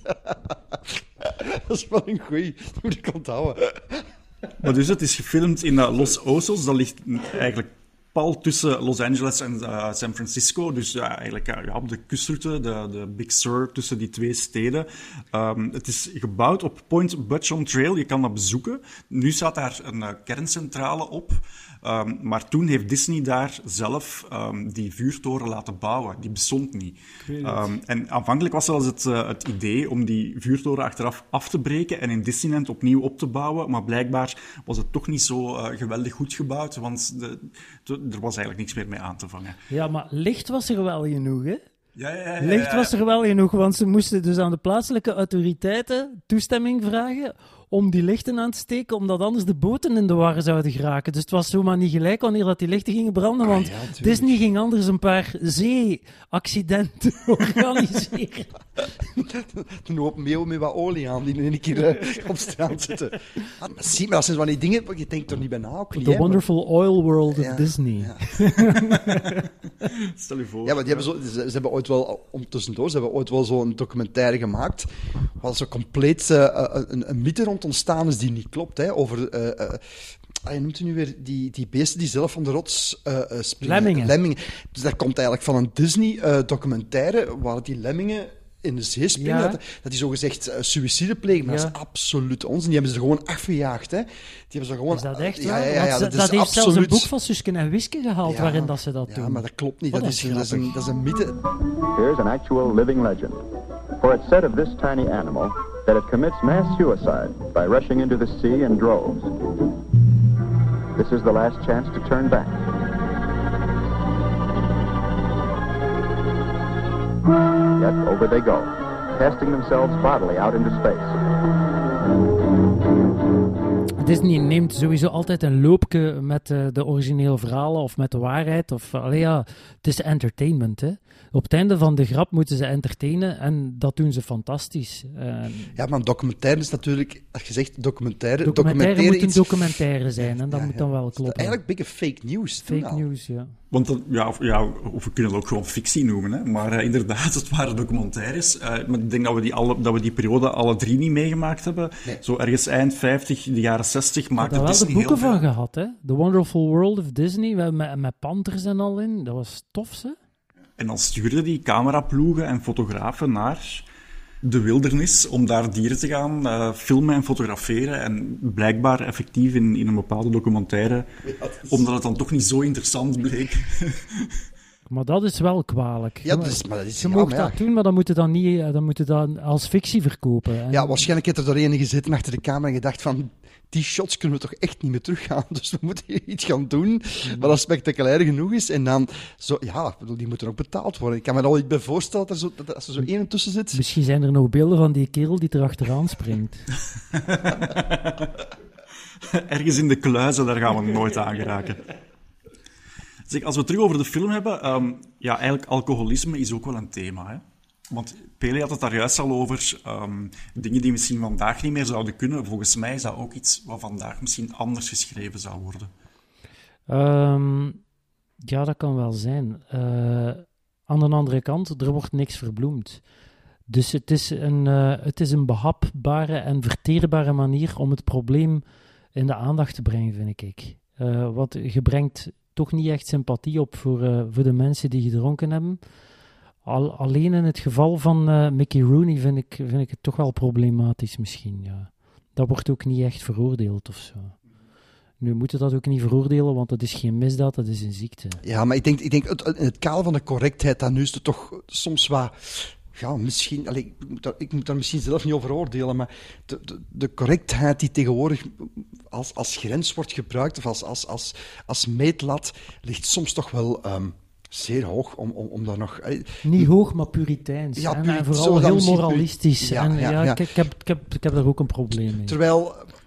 Dat is wel een goeie. Dat moet ik onthouden. Maar dus het is gefilmd in uh, Los Osos. Dat ligt eigenlijk pal tussen Los Angeles en uh, San Francisco. Dus uh, eigenlijk uh, ja, op de kustroute, de, de Big Sur tussen die twee steden. Um, het is gebouwd op Point Butchon Trail. Je kan dat bezoeken. Nu staat daar een uh, kerncentrale op. Um, maar toen heeft Disney daar zelf um, die vuurtoren laten bouwen. Die bestond niet. Um, en aanvankelijk was zelfs het, uh, het idee om die vuurtoren achteraf af te breken en in Disneyland opnieuw op te bouwen. Maar blijkbaar was het toch niet zo uh, geweldig goed gebouwd, want de, de, er was eigenlijk niks meer mee aan te vangen. Ja, maar licht was er wel genoeg, hè? Ja, ja, ja, ja. Licht was er wel genoeg, want ze moesten dus aan de plaatselijke autoriteiten toestemming vragen om die lichten aan te steken, omdat anders de boten in de war zouden geraken. Dus het was zomaar niet gelijk wanneer dat die lichten gingen branden, want ah, ja, Disney ging anders een paar zeeaccidenten organiseren. Een hoop meel met wat olie aan, die in een keer uh, op straat zitten. Ah, maar zie, maar dat zijn van die dingen, je denkt er niet bij na. Ook niet, The hè, Wonderful maar... Oil World of ja, Disney. Ja. Stel je voor. Ja, maar die hebben zo, ze, ze hebben ooit wel, om tussendoor, ze hebben ooit wel zo'n documentaire gemaakt, waar zo compleet uh, een, een mythe rond ontstaan is die niet klopt, hè, over... Uh, uh, Ah, je noemt het nu weer die, die beesten die zelf van de rots uh, uh, springen. Lemmingen. Lemmingen. Dus dat komt eigenlijk van een Disney-documentaire, uh, waar die lemmingen in de zee springen, Ja. dat, dat die zogezegd uh, suïcide plegen. Maar Ja. dat is absoluut onzin. Die hebben ze er gewoon afgejaagd. Hè. Die hebben ze gewoon... Is dat echt Ja, waar? ja, ja, ja, Want dat, ze- dat is heeft absoluut... zelfs een boek van Suske en Wiske gehaald Ja, waarin dat ze dat ja, doen. maar dat klopt niet. Oh, dat, dat is, is dat, is een, grappig. dat is een mythe. Here's an actual living legend. For it's said of this tiny animal that it commits mass suicide by rushing into the sea in droves. This is the last chance to turn back. Yet over they go, casting themselves bodily out into space. Disney neemt sowieso altijd een loopje met uh, de originele verhalen of met de waarheid. Of, allee, ja, het is entertainment. Hè. Op het einde van de grap moeten ze entertainen en dat doen ze fantastisch. Uh, Ja, maar een documentaire is natuurlijk, als je zegt documentaire... documentaire moet een iets- documentaire zijn en dat Ja, moet ja. dan wel Dat is kloppen. eigenlijk dikke fake news. toen Fake al. news, ja. Want dat, ja, of, ja, of we kunnen het ook gewoon fictie noemen. Hè? Maar uh, inderdaad, het waren documentaires. Uh, maar ik denk dat we, die alle, dat we die periode alle drie niet meegemaakt hebben. Nee. Zo ergens eind vijftig, de jaren zestig Ik heb maakte daar wel de Disney boeken heel van veel. gehad, hè. The Wonderful World of Disney, met, met, met Panthers en al in. Dat was tof, hè. En dan stuurden die cameraploegen en fotografen naar de wildernis om daar dieren te gaan uh, filmen en fotograferen. En blijkbaar effectief in, in een bepaalde documentaire, omdat het dan toch niet zo interessant bleek. Maar dat is wel kwalijk. Ja, dat is, maar dat is... Je ja, mag maar ja. dat doen, maar dan moet je dat, niet, eh, dan moet je dat als fictie verkopen. En Ja, waarschijnlijk heeft er door een gezeten achter de camera en gedacht van... Die shots kunnen we toch echt niet meer teruggaan, dus we moeten hier iets gaan doen wat dat spectaculair genoeg is. En dan, zo, ja, ik bedoel, die moeten ook betaald worden. Ik kan me er al iets bij voorstellen dat, er zo, dat als er zo één tussen zit... Misschien zijn er nog beelden van die kerel die erachteraan springt. Ergens in de kluizen, daar gaan we nooit aan geraken. Zeg, als we het terug over de film hebben, um, ja, eigenlijk alcoholisme is ook wel een thema, hè. Want Peli had het daar juist al over, um, dingen die misschien vandaag niet meer zouden kunnen. Volgens mij is dat ook iets wat vandaag misschien anders geschreven zou worden. Ehm, ja, dat kan wel zijn. Uh, aan de andere kant, er wordt niks verbloemd. Dus het is een, uh, het is een behapbare en verteerbare manier om het probleem in de aandacht te brengen, vind ik. Uh, want je brengt toch niet echt sympathie op voor, uh, voor de mensen die gedronken hebben. Al, alleen in het geval van uh, Mickey Rooney vind ik, vind ik het toch wel problematisch misschien, ja. Dat wordt ook niet echt veroordeeld of zo. Nu moeten we dat ook niet veroordelen, want dat is geen misdaad, dat is een ziekte. Ja, maar ik denk, ik denk het, in het kader van de correctheid, dan nu is het toch soms wat... Ja, misschien... Allez, ik, moet daar, ik moet daar misschien zelf niet over oordelen, maar de, de, de correctheid die tegenwoordig als, als grens wordt gebruikt, of als, als, als, als meetlat, ligt soms toch wel... Um, zeer hoog, om, om, om daar nog... eh, Niet hoog, maar puriteins. Ja, en, puri- en zo vooral dan heel misschien moralistisch. puri- ja, en, ja, ja, ja. Ik, ik, heb, ik, heb, ik heb daar ook een probleem mee. Terwijl,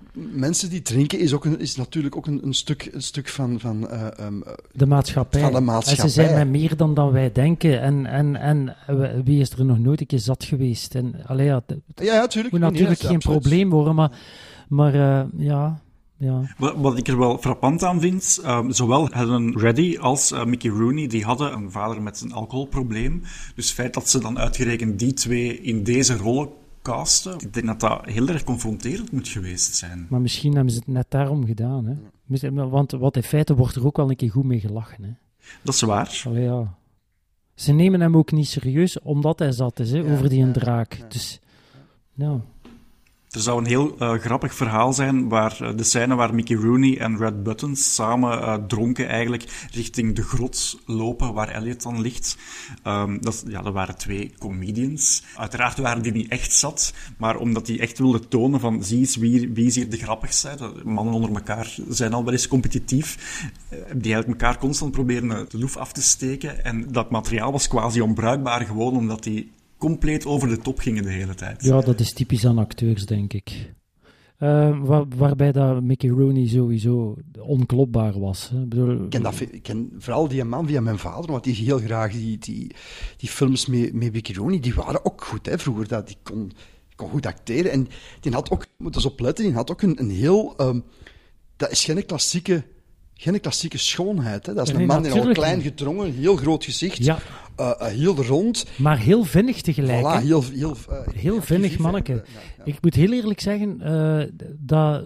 mensen die drinken is, ook een, is natuurlijk ook een, een, stuk, een stuk van, van, uh, um, de maatschappij. van de maatschappij. En ze zijn met meer dan, dan wij denken. En, en, en wie is er nog nooit een keer zat geweest? En, allee, ja, het ja, ja, tuurlijk. moet natuurlijk nee, geen absoluut. probleem worden, maar, maar uh, ja... Ja. Wat, wat ik er wel frappant aan vind, um, zowel Helen Reddy als uh, Mickey Rooney, die hadden een vader met een alcoholprobleem. Dus het feit dat ze dan uitgerekend die twee in deze rollen casten, ik denk dat dat heel erg confronterend moet geweest zijn. Maar misschien hebben ze het net daarom gedaan, hè. Want wat in feite wordt er ook wel een keer goed mee gelachen, hè. Dat is waar. Allee, ja. Ze nemen hem ook niet serieus, omdat hij zat is, hè, Ja, over die een ja, draak. ja. Dus, ja... Er zou een heel uh, grappig verhaal zijn waar uh, de scène waar Mickey Rooney en Red Buttons samen uh, dronken eigenlijk richting de grot lopen waar Elliot dan ligt. Um, dat, ja, dat waren twee comedians. Uiteraard waren die niet echt zat, maar omdat die echt wilden tonen van zie eens wie, wie is hier de grappigste. Dat, mannen onder elkaar zijn al wel eens competitief. Uh, die eigenlijk elkaar constant proberen de loef af te steken. En dat materiaal was quasi onbruikbaar gewoon omdat die compleet over de top gingen de hele tijd. Ja, dat is typisch aan acteurs, denk ik. Uh, waar, waarbij dat Mickey Rooney sowieso onklopbaar was. Hè. Ik bedoel, Ik ken, dat, ik ken vooral die man via mijn vader, want die heel graag die, die, die films met, met Mickey Rooney, die waren ook goed, hè, vroeger. Dat, die, kon, die kon goed acteren. En die had ook, moet eens opletten, die had ook een, een heel... Um, dat is geen klassieke... Geen klassieke schoonheid. Hè. Dat is Nee, een man die al natuurlijk klein niet. gedrongen, een heel groot gezicht, Ja. uh, uh, heel rond. Maar heel vinnig tegelijk. Voilà, hè. heel, heel, uh, Heel ja, vinnig vief, manneke. hè. Ja, ja. Ik moet heel eerlijk zeggen, uh, dat...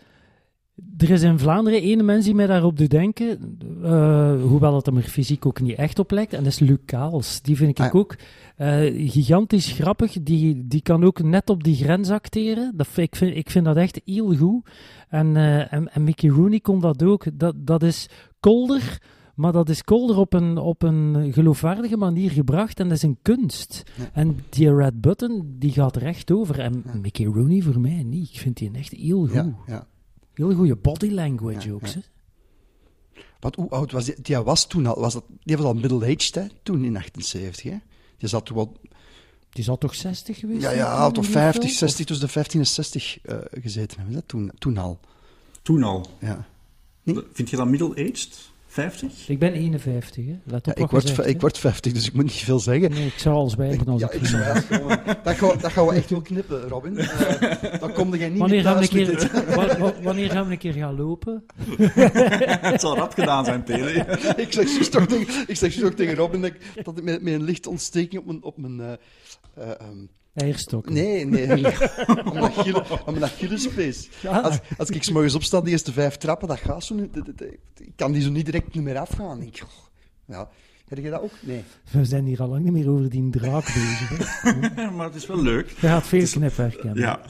Er is in Vlaanderen één mens die mij daarop doet denken, uh, hoewel dat hem er fysiek ook niet echt op lijkt, en dat is Luc Kaels. Die vind ik Ah. ook uh, gigantisch grappig. Die, die kan ook net op die grens acteren. Dat, ik, vind, ik vind dat echt heel goed. En, uh, en, en Mickey Rooney kon dat ook. Dat, dat is kolder, maar dat is kolder op een, op een geloofwaardige manier gebracht. En dat is een kunst. Ja. En die Red Button, die gaat er echt over. En Mickey Rooney voor mij niet. Ik vind die echt heel goed. Ja, ja. Heel goede body language Ja, ook. ja. Hè? Wat, hoe oud was die? Die was toen al, was dat, die was al middle-aged, hè, toen in achtenzeventig, hè? Die zat wel... Die zal toch zestig geweest Ja, zijn ja, toen toch in die vijftig, film? zestig, tussen de vijftien en zestig uh, gezeten hebben, hè? Toen, toen al. Toen al. Ja. Vind je dat middle-aged? vijftig? Of- Ik ben eenenvijftig, hè. Let Ja, op ik, wat word, je v- zegt, ik hè. word vijftig, dus ik moet niet veel zeggen. Nee, ik zou al zwijgen als Ja, ik... ik zou ja, gewoon- dat, gaan, dat gaan we echt wel knippen, Robin. Uh, dan kom jij niet Wanneer meer gaan, we een thuis met keer, dit. wa- wa- wanneer gaan we een keer gaan lopen? Het zal rap gedaan zijn, Tele. ik zeg juist toch tegen, ik zeg juist ook tegen Robin dat ik, dat ik met, met een lichte ontsteking op mijn... Op mijn uh, uh, um, Eierstokken. nee, nee, op mijn Achille- op mijn Achillespees. Ja. Als, als ik 's morgens opsta, die eerste vijf trappen, dat gaat zo niet. dat- dat- dat- Ik kan die zo niet direct niet meer afgaan. Ik, goh, ja. Heb je dat ook? Nee. We zijn hier al lang niet meer over die draak bezig. Hè. Maar het is wel leuk. Je gaat veel knipwerk hebben. Ja.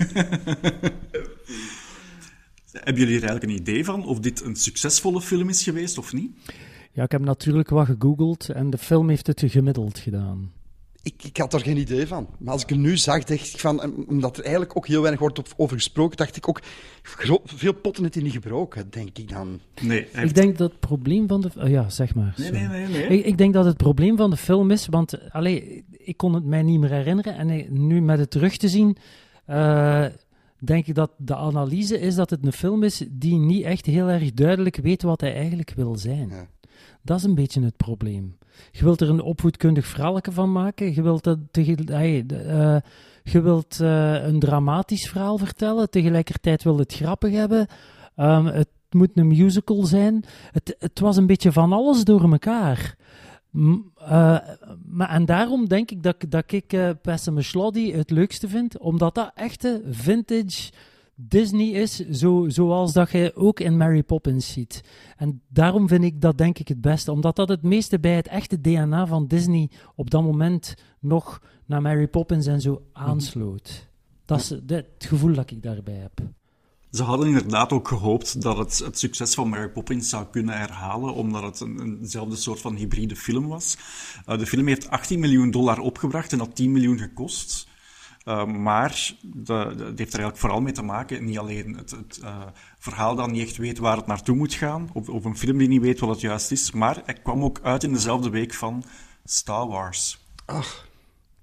Hebben jullie er eigenlijk een idee van of dit een succesvolle film is geweest of niet? Ja, ik heb natuurlijk wat gegoogeld en de film heeft het gemiddeld gedaan. Ik, ik had er geen idee van. Maar als ik hem nu zag, dacht ik van... em, Omdat er eigenlijk ook heel weinig wordt op- over gesproken, dacht ik ook... gro- veel potten heeft hij niet gebroken, denk ik dan. Nee. hij Ik heeft- denk dat het probleem van de... oh ja, zeg maar. Nee, sorry. nee, nee. nee. Ik, ik denk dat het probleem van de film is, want allee, ik kon het mij niet meer herinneren. En eh, nu met het terug te zien, eh, denk ik dat de analyse is dat het een film is die niet echt heel erg duidelijk weet wat hij eigenlijk wil zijn. Ja. Dat is een beetje het probleem. Je wilt er een opvoedkundig verhaaltje van maken. Je wilt, dat tegel- hey, de, eh, je wilt eh, een dramatisch verhaal vertellen. Tegelijkertijd wil het grappig hebben. Ehm, het moet een musical zijn. Het, het was een beetje van alles door elkaar. M- eh, maar, en daarom denk ik dat, dat ik uh, Pessimus Loddy het leukste vind. Omdat dat echte vintage Disney is, zo, zoals dat je ook in Mary Poppins ziet. En daarom vind ik dat denk ik het beste. Omdat dat het meeste bij het echte D N A van Disney op dat moment nog naar Mary Poppins en zo aansloot. Dat is de- het gevoel dat ik daarbij heb. Ze hadden inderdaad ook gehoopt dat het het succes van Mary Poppins zou kunnen herhalen, omdat het een, eenzelfde soort van hybride film was. Uh, de film heeft achttien miljoen dollar opgebracht en had tien miljoen gekost. Uh, maar de, de, het heeft er eigenlijk vooral mee te maken, niet alleen het, het uh, verhaal dat niet echt weet waar het naartoe moet gaan, of, of een film die niet weet wat het juist is, maar hij kwam ook uit in dezelfde week van Star Wars. Ach,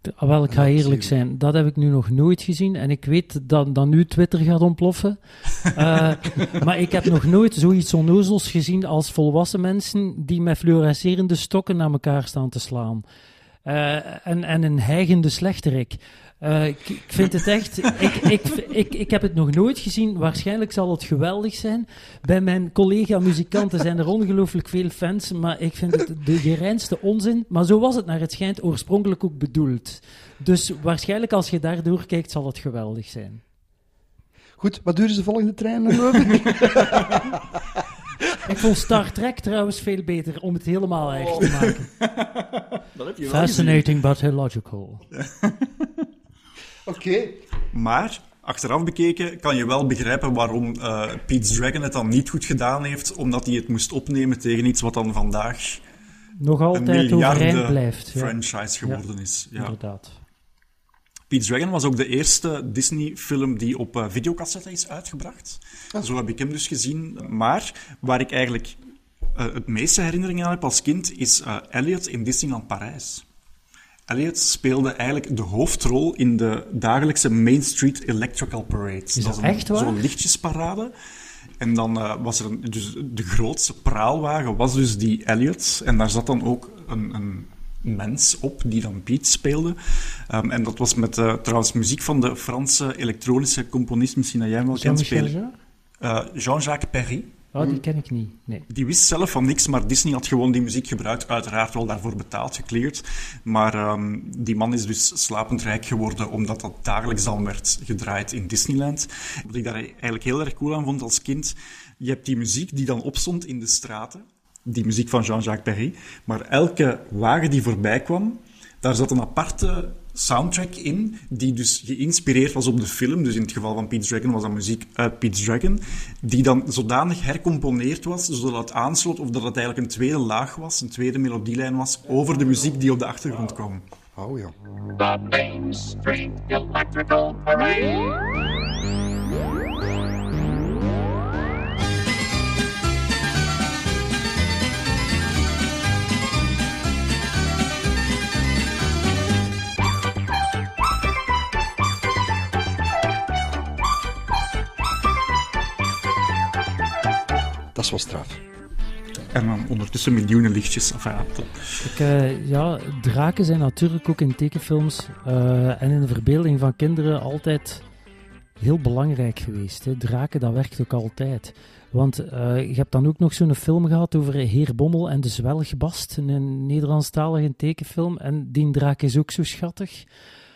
Wel, ik ga Ja, eerlijk zie je. zijn, dat heb ik nu nog nooit gezien. En ik weet dat, dat nu Twitter gaat ontploffen. Uh, maar ik heb nog nooit zoiets onnozels gezien als volwassen mensen die met fluorescerende stokken naar elkaar staan te slaan. Uh, en, en een hijgende slechterik. Uh, ik, ik vind het echt... Ik, ik, ik, ik heb het nog nooit gezien. Waarschijnlijk zal het geweldig zijn. Bij mijn collega-muzikanten zijn er ongelooflijk veel fans, maar ik vind het de, de reinste onzin. Maar zo was het naar het schijnt oorspronkelijk ook bedoeld. Dus waarschijnlijk als je daardoor kijkt, zal het geweldig zijn. Goed, wat duurt de volgende trein dan lopen? Ik vond Star Trek trouwens veel beter om het helemaal eigen te maken. Dat heb je wel Fascinating but illogical. Oké. Okay. Maar, achteraf bekeken, kan je wel begrijpen waarom uh, Pete's Dragon het dan niet goed gedaan heeft, omdat hij het moest opnemen tegen iets wat dan vandaag nog altijd overeind blijft. Ja. Franchise geworden ja, is. Ja. Inderdaad. Pete's Dragon was ook de eerste Disney-film die op uh, videocassette is uitgebracht. Oh. Zo heb ik hem dus gezien. Maar waar ik eigenlijk uh, het meeste herinneringen aan heb als kind, is uh, Elliot in Disneyland Parijs. Elliot speelde eigenlijk de hoofdrol in de dagelijkse Main Street Electrical Parade. Is dat, dat is een, echt waar? Zo'n lichtjesparade. En dan uh, was er een, dus de grootste praalwagen was dus die Elliot. En daar zat dan ook een, een mens op die dan Pete speelde. Um, en dat was met uh, trouwens muziek van de Franse elektronische componist, misschien dat jij hem wel kent spelen. Uh, Jean-Jacques Perry. Oh, die ken ik niet. Nee. Die wist zelf van niks, maar Disney had gewoon die muziek gebruikt. Uiteraard wel daarvoor betaald, gecleared. Maar um, die man is dus slapend rijk geworden, omdat dat dagelijks dan werd gedraaid in Disneyland. Wat ik daar eigenlijk heel erg cool aan vond als kind, je hebt die muziek die dan opstond in de straten. Die muziek van Jean-Jacques Perry. Maar elke wagen die voorbij kwam, daar zat een aparte soundtrack in, die dus geïnspireerd was op de film. Dus in het geval van Pete's Dragon was dat muziek uit Pete's Dragon, die dan zodanig hercomponeerd was, zodat het aansloot of dat het eigenlijk een tweede laag was, een tweede melodielijn was, over de muziek die op de achtergrond kwam. Oh ja. The Main Street Electrical Parade. Dat was straf. En dan ondertussen miljoenen lichtjes. Enfin, dat... Ik, uh, ja, draken zijn natuurlijk ook in tekenfilms uh, en in de verbeelding van kinderen altijd heel belangrijk geweest. Hè. Draken, dat werkt ook altijd. Want uh, je hebt dan ook nog zo'n film gehad over Heer Bommel en de Zwelgbast, een Nederlandstalige tekenfilm. En die draak is ook zo schattig.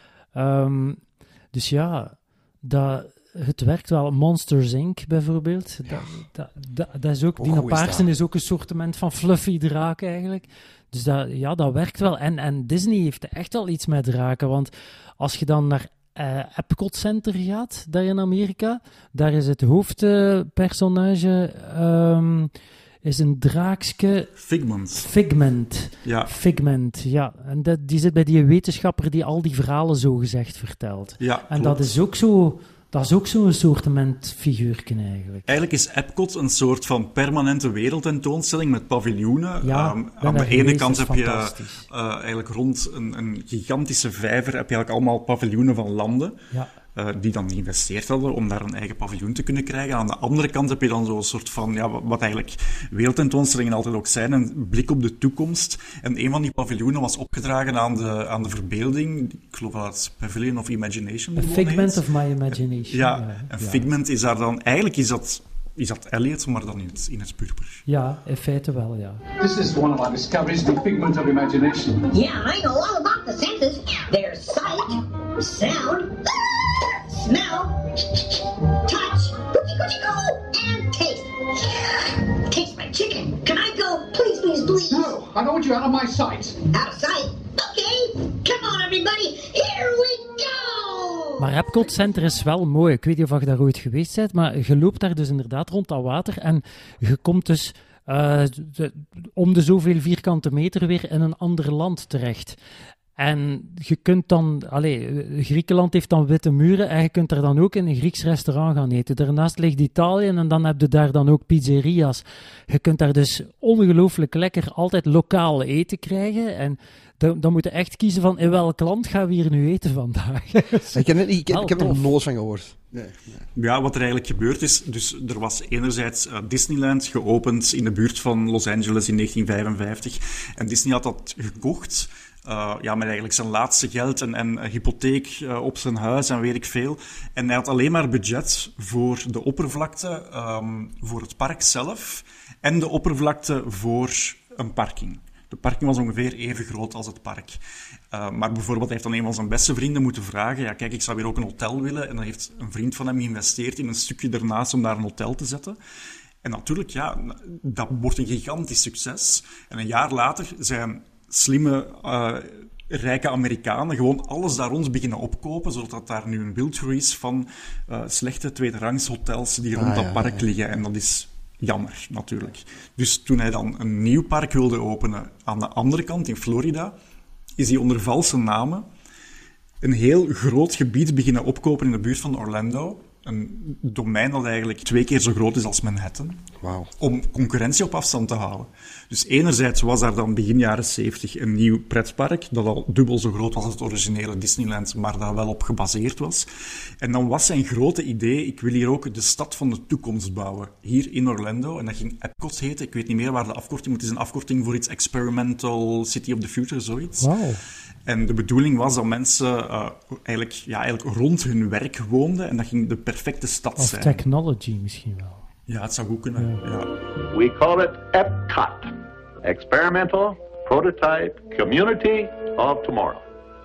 Um, dus ja, dat... Het werkt wel. Monsters incorporated bijvoorbeeld. Ja. Dat, dat, dat, dat is ook, die Hoe paarsen is, is ook een soortement van fluffy draak eigenlijk. Dus dat, ja, dat werkt wel. En, en Disney heeft echt wel iets met draken. Want als je dan naar uh, Epcot Center gaat, daar in Amerika, daar is het hoofdpersonage um, is een draakske... Figment. Figment. Ja. Figment, ja. En dat, die zit bij die wetenschapper die al die verhalen zogezegd vertelt. Ja, en klopt. dat is ook zo... Dat is ook zo'n soortement figuurtje eigenlijk. Eigenlijk is Epcot een soort van permanente wereldtentoonstelling met paviljoenen. Ja, um, aan de ene geweest, kant heb je uh, eigenlijk rond een, een gigantische vijver heb je eigenlijk allemaal paviljoenen van landen. Ja. Uh, die dan geïnvesteerd hadden om daar een eigen paviljoen te kunnen krijgen. Aan de andere kant heb je dan zo'n soort van, ja, wat eigenlijk wereldtentoonstellingen altijd ook zijn, een blik op de toekomst. En een van die paviljoenen was opgedragen aan de, aan de verbeelding. Ik geloof dat het Pavilion of Imagination A Figment heet. of My Imagination. Ja, ja, en ja. Figment is daar dan... Eigenlijk is dat, is dat Elliot, maar dan in het, in het purper. Ja, in feite wel, ja. This is one of our discoveries, the figment of imagination. Yeah, I know all about the senses. There's sight, sound, smell, touch, and taste. Taste my chicken. Can I go? Please, please, please. No, I don't want you out of my sight. Out of sight? Okay. Come on, everybody. Here we go. Maar Epcot Center is wel mooi. Ik weet niet of je daar ooit geweest bent, maar je loopt daar dus inderdaad rond dat water en je komt dus uh, de, om de zoveel vierkante meter weer in een ander land terecht. En je kunt dan... Allez, Griekenland heeft dan witte muren en je kunt er dan ook in een Grieks restaurant gaan eten. Daarnaast ligt Italië en dan heb je daar dan ook pizzeria's. Je kunt daar dus ongelooflijk lekker altijd lokaal eten krijgen. En dan, dan moet je echt kiezen van in welk land gaan we hier nu eten vandaag. ik, ken het, ik, ik, ik heb er nog nooit van gehoord. Nee, nee. Ja, wat er eigenlijk gebeurd is, dus er was enerzijds uh, Disneyland geopend in de buurt van Los Angeles in negentien vijfenvijftig. En Disney had dat gekocht, uh, ja, met eigenlijk zijn laatste geld en, en een hypotheek uh, op zijn huis en weet ik veel. En hij had alleen maar budget voor de oppervlakte, um, voor het park zelf en de oppervlakte voor een parking. De parking was ongeveer even groot als het park. Uh, maar bijvoorbeeld, hij heeft dan een van zijn beste vrienden moeten vragen, ja kijk, ik zou weer ook een hotel willen. En dan heeft een vriend van hem geïnvesteerd in een stukje ernaast om daar een hotel te zetten. En natuurlijk, ja, dat wordt een gigantisch succes. En een jaar later zijn slimme, uh, rijke Amerikanen gewoon alles daar rond beginnen opkopen, zodat daar nu een wildgroei is van uh, slechte tweederangs hotels die rond ah, dat ja, park ja. liggen. En dat is... jammer, natuurlijk. Dus toen hij dan een nieuw park wilde openen aan de andere kant, in Florida, is hij onder valse namen een heel groot gebied beginnen opkopen in de buurt van Orlando. Een domein dat eigenlijk twee keer zo groot is als Manhattan. Wow. Om concurrentie op afstand te houden. Dus enerzijds was daar dan begin jaren zeventig een nieuw pretpark, dat al dubbel zo groot was als het originele Disneyland, maar daar wel op gebaseerd was. En dan was zijn grote idee, ik wil hier ook de stad van de toekomst bouwen. Hier in Orlando. En dat ging Epcot heten. Ik weet niet meer waar de afkorting moet. Het is een afkorting voor iets Experimental City of the Future, zoiets. Wow. En de bedoeling was dat mensen uh, eigenlijk, ja, eigenlijk rond hun werk woonden en dat ging de perfecte stad Of zijn. technology misschien wel. Ja, het zou goed kunnen. Ja. Ja. We call it Epcot. Experimental, Prototype, Community of Tomorrow.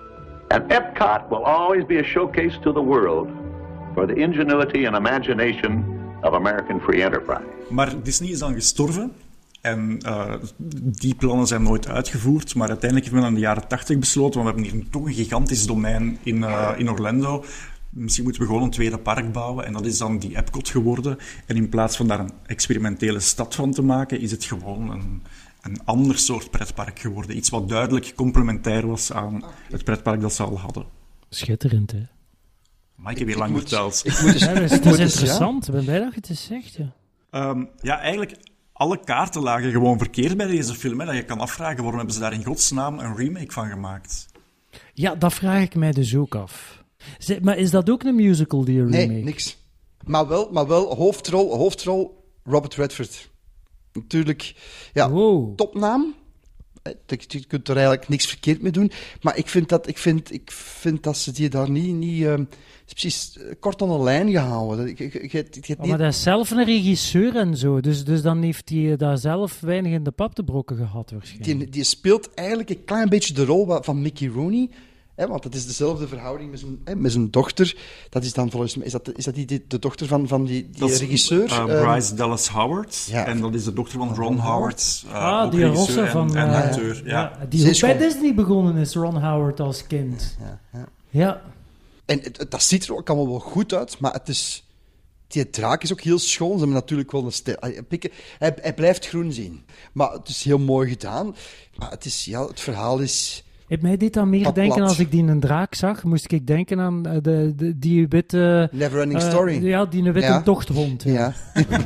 And Epcot will always be a showcase to the world for the ingenuity and imagination of American free enterprise. Maar Disney is dan gestorven. En uh, die plannen zijn nooit uitgevoerd. Maar uiteindelijk heeft men in de jaren tachtig besloten, want we hebben hier toch een gigantisch domein in, uh, in Orlando. Misschien moeten we gewoon een tweede park bouwen. En dat is dan die Epcot geworden. En in plaats van daar een experimentele stad van te maken, is het gewoon een, een ander soort pretpark geworden. Iets wat duidelijk complementair was aan het pretpark dat ze al hadden. Schitterend, hè? Maar ik heb hier lang moet- verteld. Ik moet eens, Ja, dus ik het moet is eens- interessant. Ik ben blij dat je het eens zegt, ja. Um, ja, eigenlijk, alle kaarten lagen gewoon verkeerd bij deze film. Hè, dat je kan afvragen, waarom hebben ze daar in godsnaam een remake van gemaakt? Ja, dat vraag ik mij dus ook af. Zeg, maar is dat ook een musical, die remake? Nee, niks. Maar wel, maar wel hoofdrol, hoofdrol Robert Redford. Natuurlijk, ja, Wow. topnaam. Eh, Je je kunt er eigenlijk niks verkeerd mee doen. Maar ik vind dat, ik vind, ik vind dat ze die daar niet... niet uh, is precies eh, kort aan de lijn gehouden. Ik- ik- ik- je- je- je- Oh, maar dat is zelf een regisseur en zo. Dus, dus dan heeft hij daar zelf weinig in de pap te brokken gehad, waarschijnlijk. Die, die speelt eigenlijk een klein beetje de rol wa- van Mickey Rooney. Hè, want het is dezelfde verhouding met zijn, hè, met zijn dochter. Dat is dan volgens mij... Is dat, is dat die, die- de dochter van, van die, die Dat is regisseur? uh, Ehm, Bryce Dallas Howard. ja. En dat is de dochter van Ron Howard. Uh, Ah, ook die regisseur rosse en, van... en eh, acteur. Ja. ja, die Ze ook is bij gewoon- Disney begonnen is, Ron Howard als kind. ja, ja. Ja. En het, het- dat ziet er ook allemaal wel goed uit, maar het is... Die draak is ook heel schoon. Ze hebben natuurlijk wel een stijl. Hij, pikken- hij, hij blijft groen zien. Maar het is heel mooi gedaan. Maar het, is, ja, het verhaal is... Ik mij deed dan meer Plat denken, plat. als ik die een draak zag, moest ik denken aan eh, de, de, die witte... Neverending eh, Story. Ja, die een witte Ja. tochthond. Ja. Ja.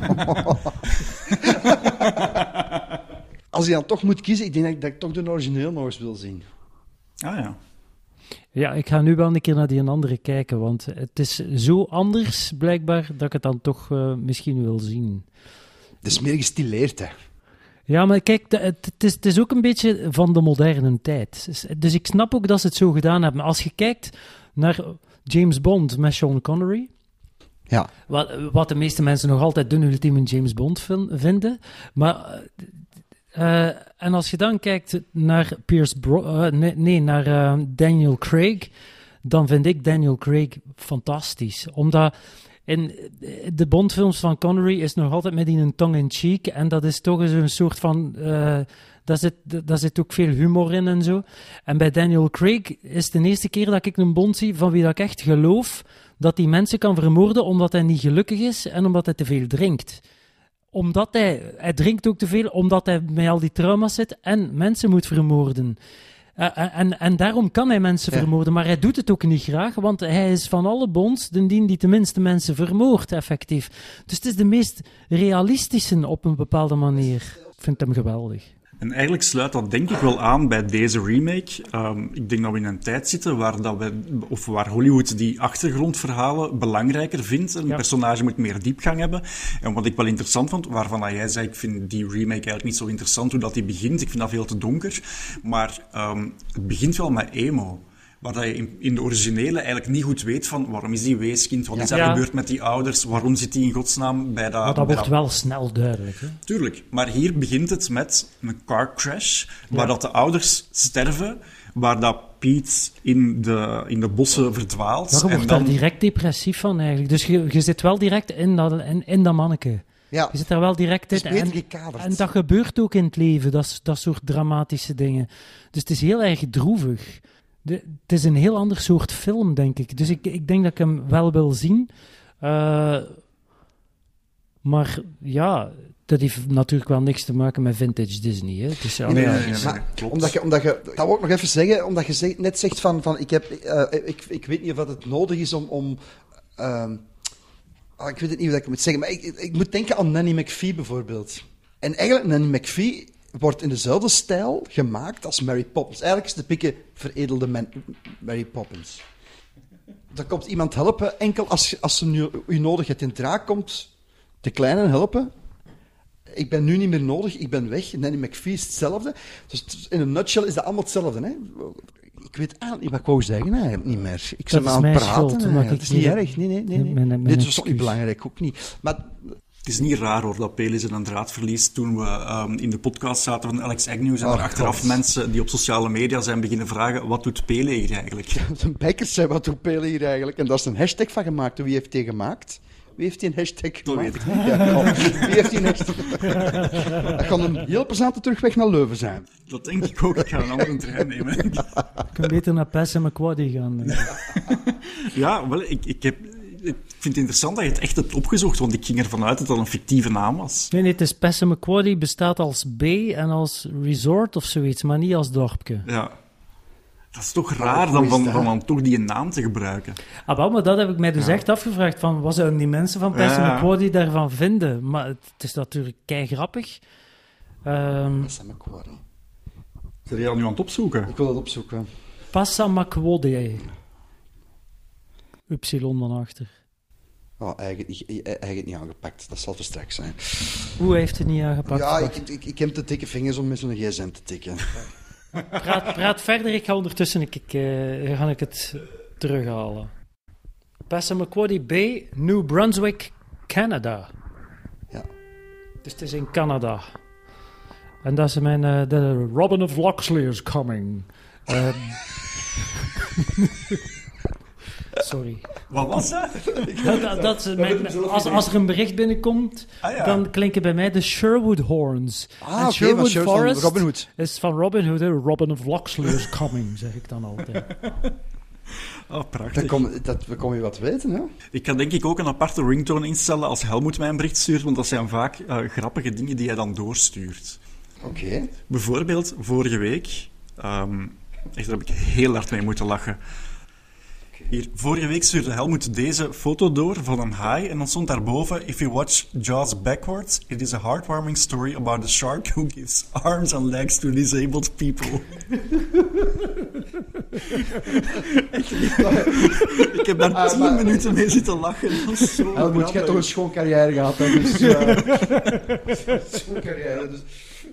Als je dan toch moet kiezen, ik denk dat ik, dat ik toch de origineel nog eens wil zien. Ah ja. Ja, ik ga nu wel een keer naar die andere kijken, want het is zo anders, blijkbaar, dat ik het dan toch uh, misschien wil zien. Het is meer gestileerd, hè. Ja, maar kijk, de- het, het, is, het is ook een beetje van de moderne tijd. Dus, dus ik snap ook dat ze het zo gedaan hebben. Als je kijkt naar James Bond met Sean Connery, Ja. wat, wat de meeste mensen nog altijd de ultieme James Bond film vinden, maar... Uh, en als je dan kijkt naar Pierce Bro- uh, nee, nee, naar uh, Daniel Craig, dan vind ik Daniel Craig fantastisch. Omdat in de Bondfilms van Connery is nog altijd met die een tongue-in-cheek en dat is toch eens een soort van... Uh, daar zit, daar zit ook veel humor in en zo. En bij Daniel Craig is het de eerste keer dat ik een Bond zie van wie dat ik echt geloof dat hij mensen kan vermoorden omdat hij niet gelukkig is en omdat hij te veel drinkt. Omdat hij, hij drinkt ook te veel, omdat hij met al die trauma's zit en mensen moet vermoorden. Uh, en, en daarom kan hij mensen Ja. vermoorden, maar hij doet het ook niet graag, want hij is van alle bonds de dien die tenminste mensen vermoordt, effectief. Dus het is de meest realistische op een bepaalde manier. Ik vind hem geweldig. En eigenlijk sluit dat denk ik wel aan bij deze remake. Um, ik denk dat we in een tijd zitten waar, dat we, of waar Hollywood die achtergrondverhalen belangrijker vindt. Een Ja. personage moet meer diepgang hebben. En wat ik wel interessant vond, waarvan dat jij zei, ik vind die remake eigenlijk niet zo interessant hoe dat die begint. Ik vind dat veel te donker. Maar um, het begint wel met emo. Waar dat je in, in de originele eigenlijk niet goed weet van waarom is die weeskind, wat Ja. is er Ja. gebeurd met die ouders, waarom zit die in godsnaam bij dat... Maar dat bij wordt dat- wel snel duidelijk. Hè? Tuurlijk, maar hier begint het met een car crash, waar dat de ouders sterven, waar dat Piet in de, in de bossen verdwaalt. Ja, je en wordt dan... daar direct depressief van eigenlijk. Dus je, je zit wel direct in dat, in, in dat manneke. Ja, Je zit daar wel direct het in. is beter En, gekaderd. en dat gebeurt ook in het leven, dat, dat soort dramatische dingen. Dus het is heel erg droevig. De, het is een heel ander soort film, denk ik. Dus ik, ik denk dat ik hem wel wil zien. Uh, maar ja, dat heeft natuurlijk wel niks te maken met vintage Disney. Hè? Het is, Nee, allee, nee, nee, nee, nee, maar nee, klopt. Omdat je, omdat je, dat wil ik nog even zeggen, omdat je zegt- net zegt van, van ik, heb, uh, ik, ik weet niet of het nodig is om... om uh, oh, ik weet het niet hoe ik het moet zeggen, maar ik, ik, ik moet denken aan Nanny McPhee bijvoorbeeld. En eigenlijk, Nanny McPhee wordt in dezelfde stijl gemaakt als Mary Poppins. Eigenlijk is het de pikke veredelde man, Mary Poppins. Dan komt iemand helpen, enkel als, als ze nu, u nodig hebt. In draak komt de kleine helpen. Ik ben nu niet meer nodig, ik ben weg. Nanny McPhee is hetzelfde. Dus in een nutshell is dat allemaal hetzelfde. Hè? Ik weet eigenlijk niet wat ik wou zeggen, eigenlijk niet meer. Ik Dat ben is aan mijn het praten. schuld, hè. omdat ik Het is niet niet- erg. Nee, nee, nee. nee. Mijn- mijn Dit is ook excuus. niet belangrijk, ook niet. Maar Het is niet raar hoor dat Pelis een draad verliest. Toen we um, in de podcast zaten van Alex Agnew, zijn Oh, er achteraf God. mensen die op sociale media zijn beginnen vragen, wat doet Pele hier eigenlijk? de bijkers zijn wat doet Pele hier eigenlijk. En daar is een hashtag van gemaakt. Wie heeft die gemaakt? Wie heeft die een hashtag Dat gemaakt? weet ik niet. Ja, oh, wie heeft die een hashtag? Dat kan een heel plezante terugweg naar Leuven zijn. Dat denk ik ook. Ik ga een andere trein nemen. ik kan beter naar Pes en McQuaddy gaan. hè. Ja, wel, ik, ik, heb, ik vind het interessant dat je het echt hebt opgezocht, want ik ging ervan uit dat dat een fictieve naam was. Nee, nee, het is Pes en McQuaddy bestaat als B en als resort of zoiets, maar niet als dorpje. Ja. Dat is toch raar hoe dan is van, dat? van dan toch die naam te gebruiken. Ah, wel, maar dat heb ik mij dus Ja. echt afgevraagd. Van, wat zouden die mensen van Pes en Ja. McQuaddy daarvan vinden? Maar het, het is natuurlijk kei grappig. Ehm Passamaquoddy. Zijn je dat nu aan het opzoeken? Ik wil dat opzoeken. Passamaquoddy. Upsilon van achter. Oh, eigenlijk niet, eigenlijk niet aangepakt. Dat zal te straks zijn. Hoe heeft het niet aangepakt? Ja, Wacht. ik, ik, ik heb te dikke vingers om met zo'n gsm te tikken. Praat, praat verder, ik ga ondertussen ik, ik, eh, ga ik het terughalen. Passamaquoddy Bay, New Brunswick, Canada. Ja. Dus het is in Canada. En dat is mijn... eh, de Robin of Locksley is coming. Ehm. Sorry. Wat was dat? Dat, dat, dat is mijn, als, als er een bericht binnenkomt, Ah, ja. dan klinken bij mij de Sherwood Horns. Ah, En oké, van Sherwood Sherwood van Forest Robin Hood. is van Robin Hood. hè. Robin of Locksley is coming, zeg ik dan altijd. Oh, prachtig. Dan kom, dat, we komen je wat weten, hè? Ik ga denk ik ook een aparte ringtone instellen als Helmoet mij een bericht stuurt, want dat zijn vaak uh, grappige dingen die hij dan doorstuurt. Oké. Okay. Bijvoorbeeld, vorige week... Um, echt, daar heb ik heel hard mee moeten lachen. Hier, vorige week stuurde Helmoet deze foto door van een haai en dan stond daarboven: If you watch Jaws backwards, it is a heartwarming story about a shark who gives arms and legs to disabled people. Ik heb daar Ah, tien maar... minuten mee zitten lachen. Helmoet, je hebt toch een schoon carrière gehad, hè? Dus, uh... schoon carrière, dus...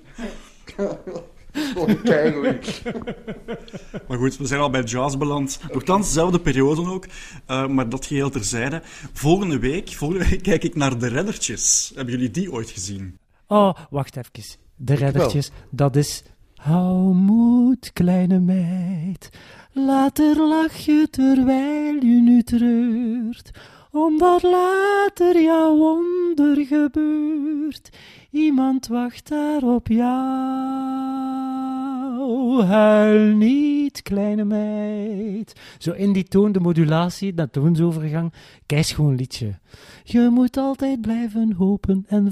Okay, maar goed, we zijn al bij Jaws beland. Nochtans, dezelfde periode ook. Uh, maar dat geheel terzijde. Volgende week, volgende week kijk ik naar De Reddertjes. Hebben jullie die ooit gezien? Oh, wacht even. De Reddertjes, dat is... Hou moed, kleine meid. Later lach je terwijl je nu treurt. Omdat later jouw wonder gebeurt. Iemand wacht daar op jou. Huil niet, kleine meid. Zo in die toon, de modulatie, dat toonsovergang. Keischoon liedje. Je moet altijd blijven hopen en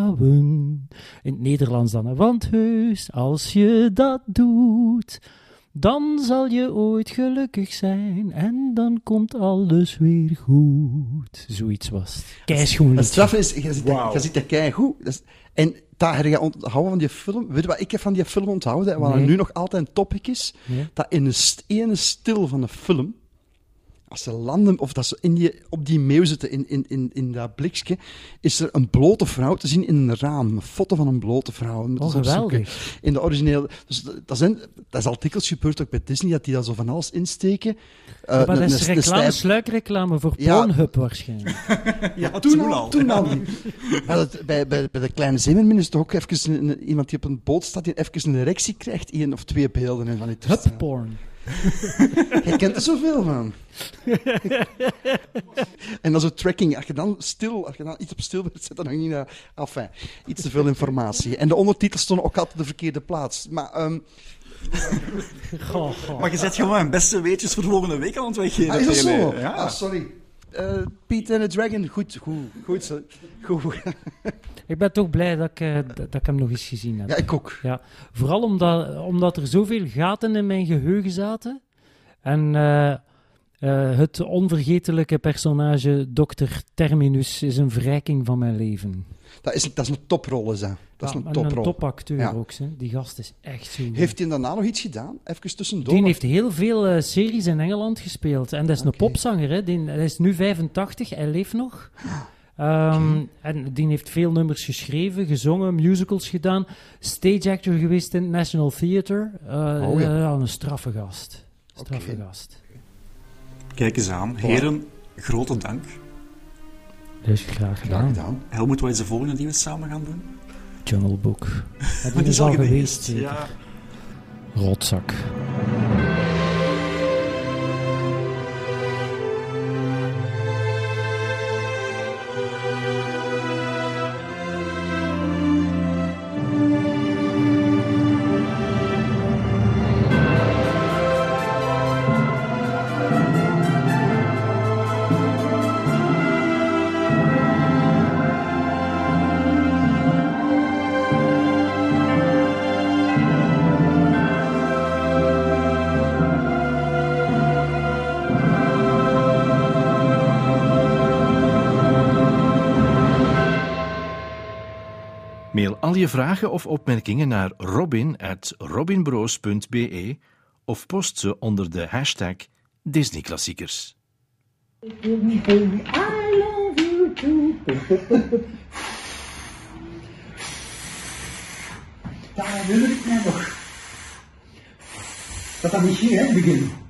vertrouwen. In het Nederlands dan, hè. Want heus, als je dat doet, Dan zal je ooit gelukkig zijn en dan komt alles weer goed. Zoiets was het. Keischoen. Het straffe is, je ziet Wauw. dat, je dat keigoed. Dat is- En dat heb je onthouden van die film. Weet je wat ik heb van die film onthouden? Wat Nee. nu nog altijd een topic is? Nee. Dat in de st- ene stil van de film, als ze landen, of dat ze in die, op die meeuw zitten, in, in, in, in dat blikje, is er een blote vrouw te zien in een raam. Een foto van een blote vrouw. Moet je Oh, eens opzoeken. geweldig. In de originele... Dus dat, dat zijn, dat is al dikwijls gebeurd ook bij Disney, dat die daar zo van alles insteken. Uh, Ja, maar een- dat is een- een reclame, stijf- sluikreclame voor Ja. Pornhub waarschijnlijk. Ja, Toen al, toen al niet. Maar dat, bij, bij, bij de Kleine Zeemermin is toch ook even een, een- iemand die op een boot staat, die even een erectie krijgt, één of twee beelden en van die toestanden. Hubporn. Je kent er zoveel van. En dan zo tracking, als je dan stil, als je dan iets op stil bent, zet dan nog niet naar... Enfin, iets te veel informatie. En de ondertitels stonden ook altijd op de verkeerde plaats. Maar... ehm, Goh, goh. Maar je zet gewoon mijn beste weetjes voor de volgende week aan het weggeven. ah, is dat tegen zo? mij. Ja. Ah, sorry. Uh, Pete and the Dragon, goed, goed, goed. Zo. goed. Ik ben toch blij dat ik, eh, dat, dat ik hem nog eens gezien heb. Ja, ik ook. Ja, vooral omdat, omdat er zoveel gaten in mijn geheugen zaten. En eh, eh, het onvergetelijke personage dokter Terminus is een verrijking van mijn leven. Dat is, dat is een toprol, is dat. Dat is Ja, een en toprol. een topacteur Ja. ook. Hè. Die gast is echt zo goed. Heeft hij daarna nog iets gedaan? Even tussendoor. Die heeft heel veel eh, series in Engeland gespeeld. En dat is een Oké. popzanger. Hè. Die, hij is nu vijfentachtig, hij leeft nog. Ehm, En die heeft veel nummers geschreven, gezongen, musicals gedaan. Stage actor geweest in het National Theatre. Uh, Oh, ja. ja, een straffe gast. Straffe Oké. gast. Kijk eens aan. Heren, grote dank. Dat is graag gedaan. Graag gedaan. Helmoet, wat is de volgende die we samen gaan doen? Jungle Book. Ja, die Die is al geweest, Ja. zeker. Rotzak. Mail al je vragen of opmerkingen naar robin at robinbroos punt be of post ze onder de hashtag Disney-klassiekers. I love you too. Daar wil ik nou nog. Dat dan niet hier, hè, begin.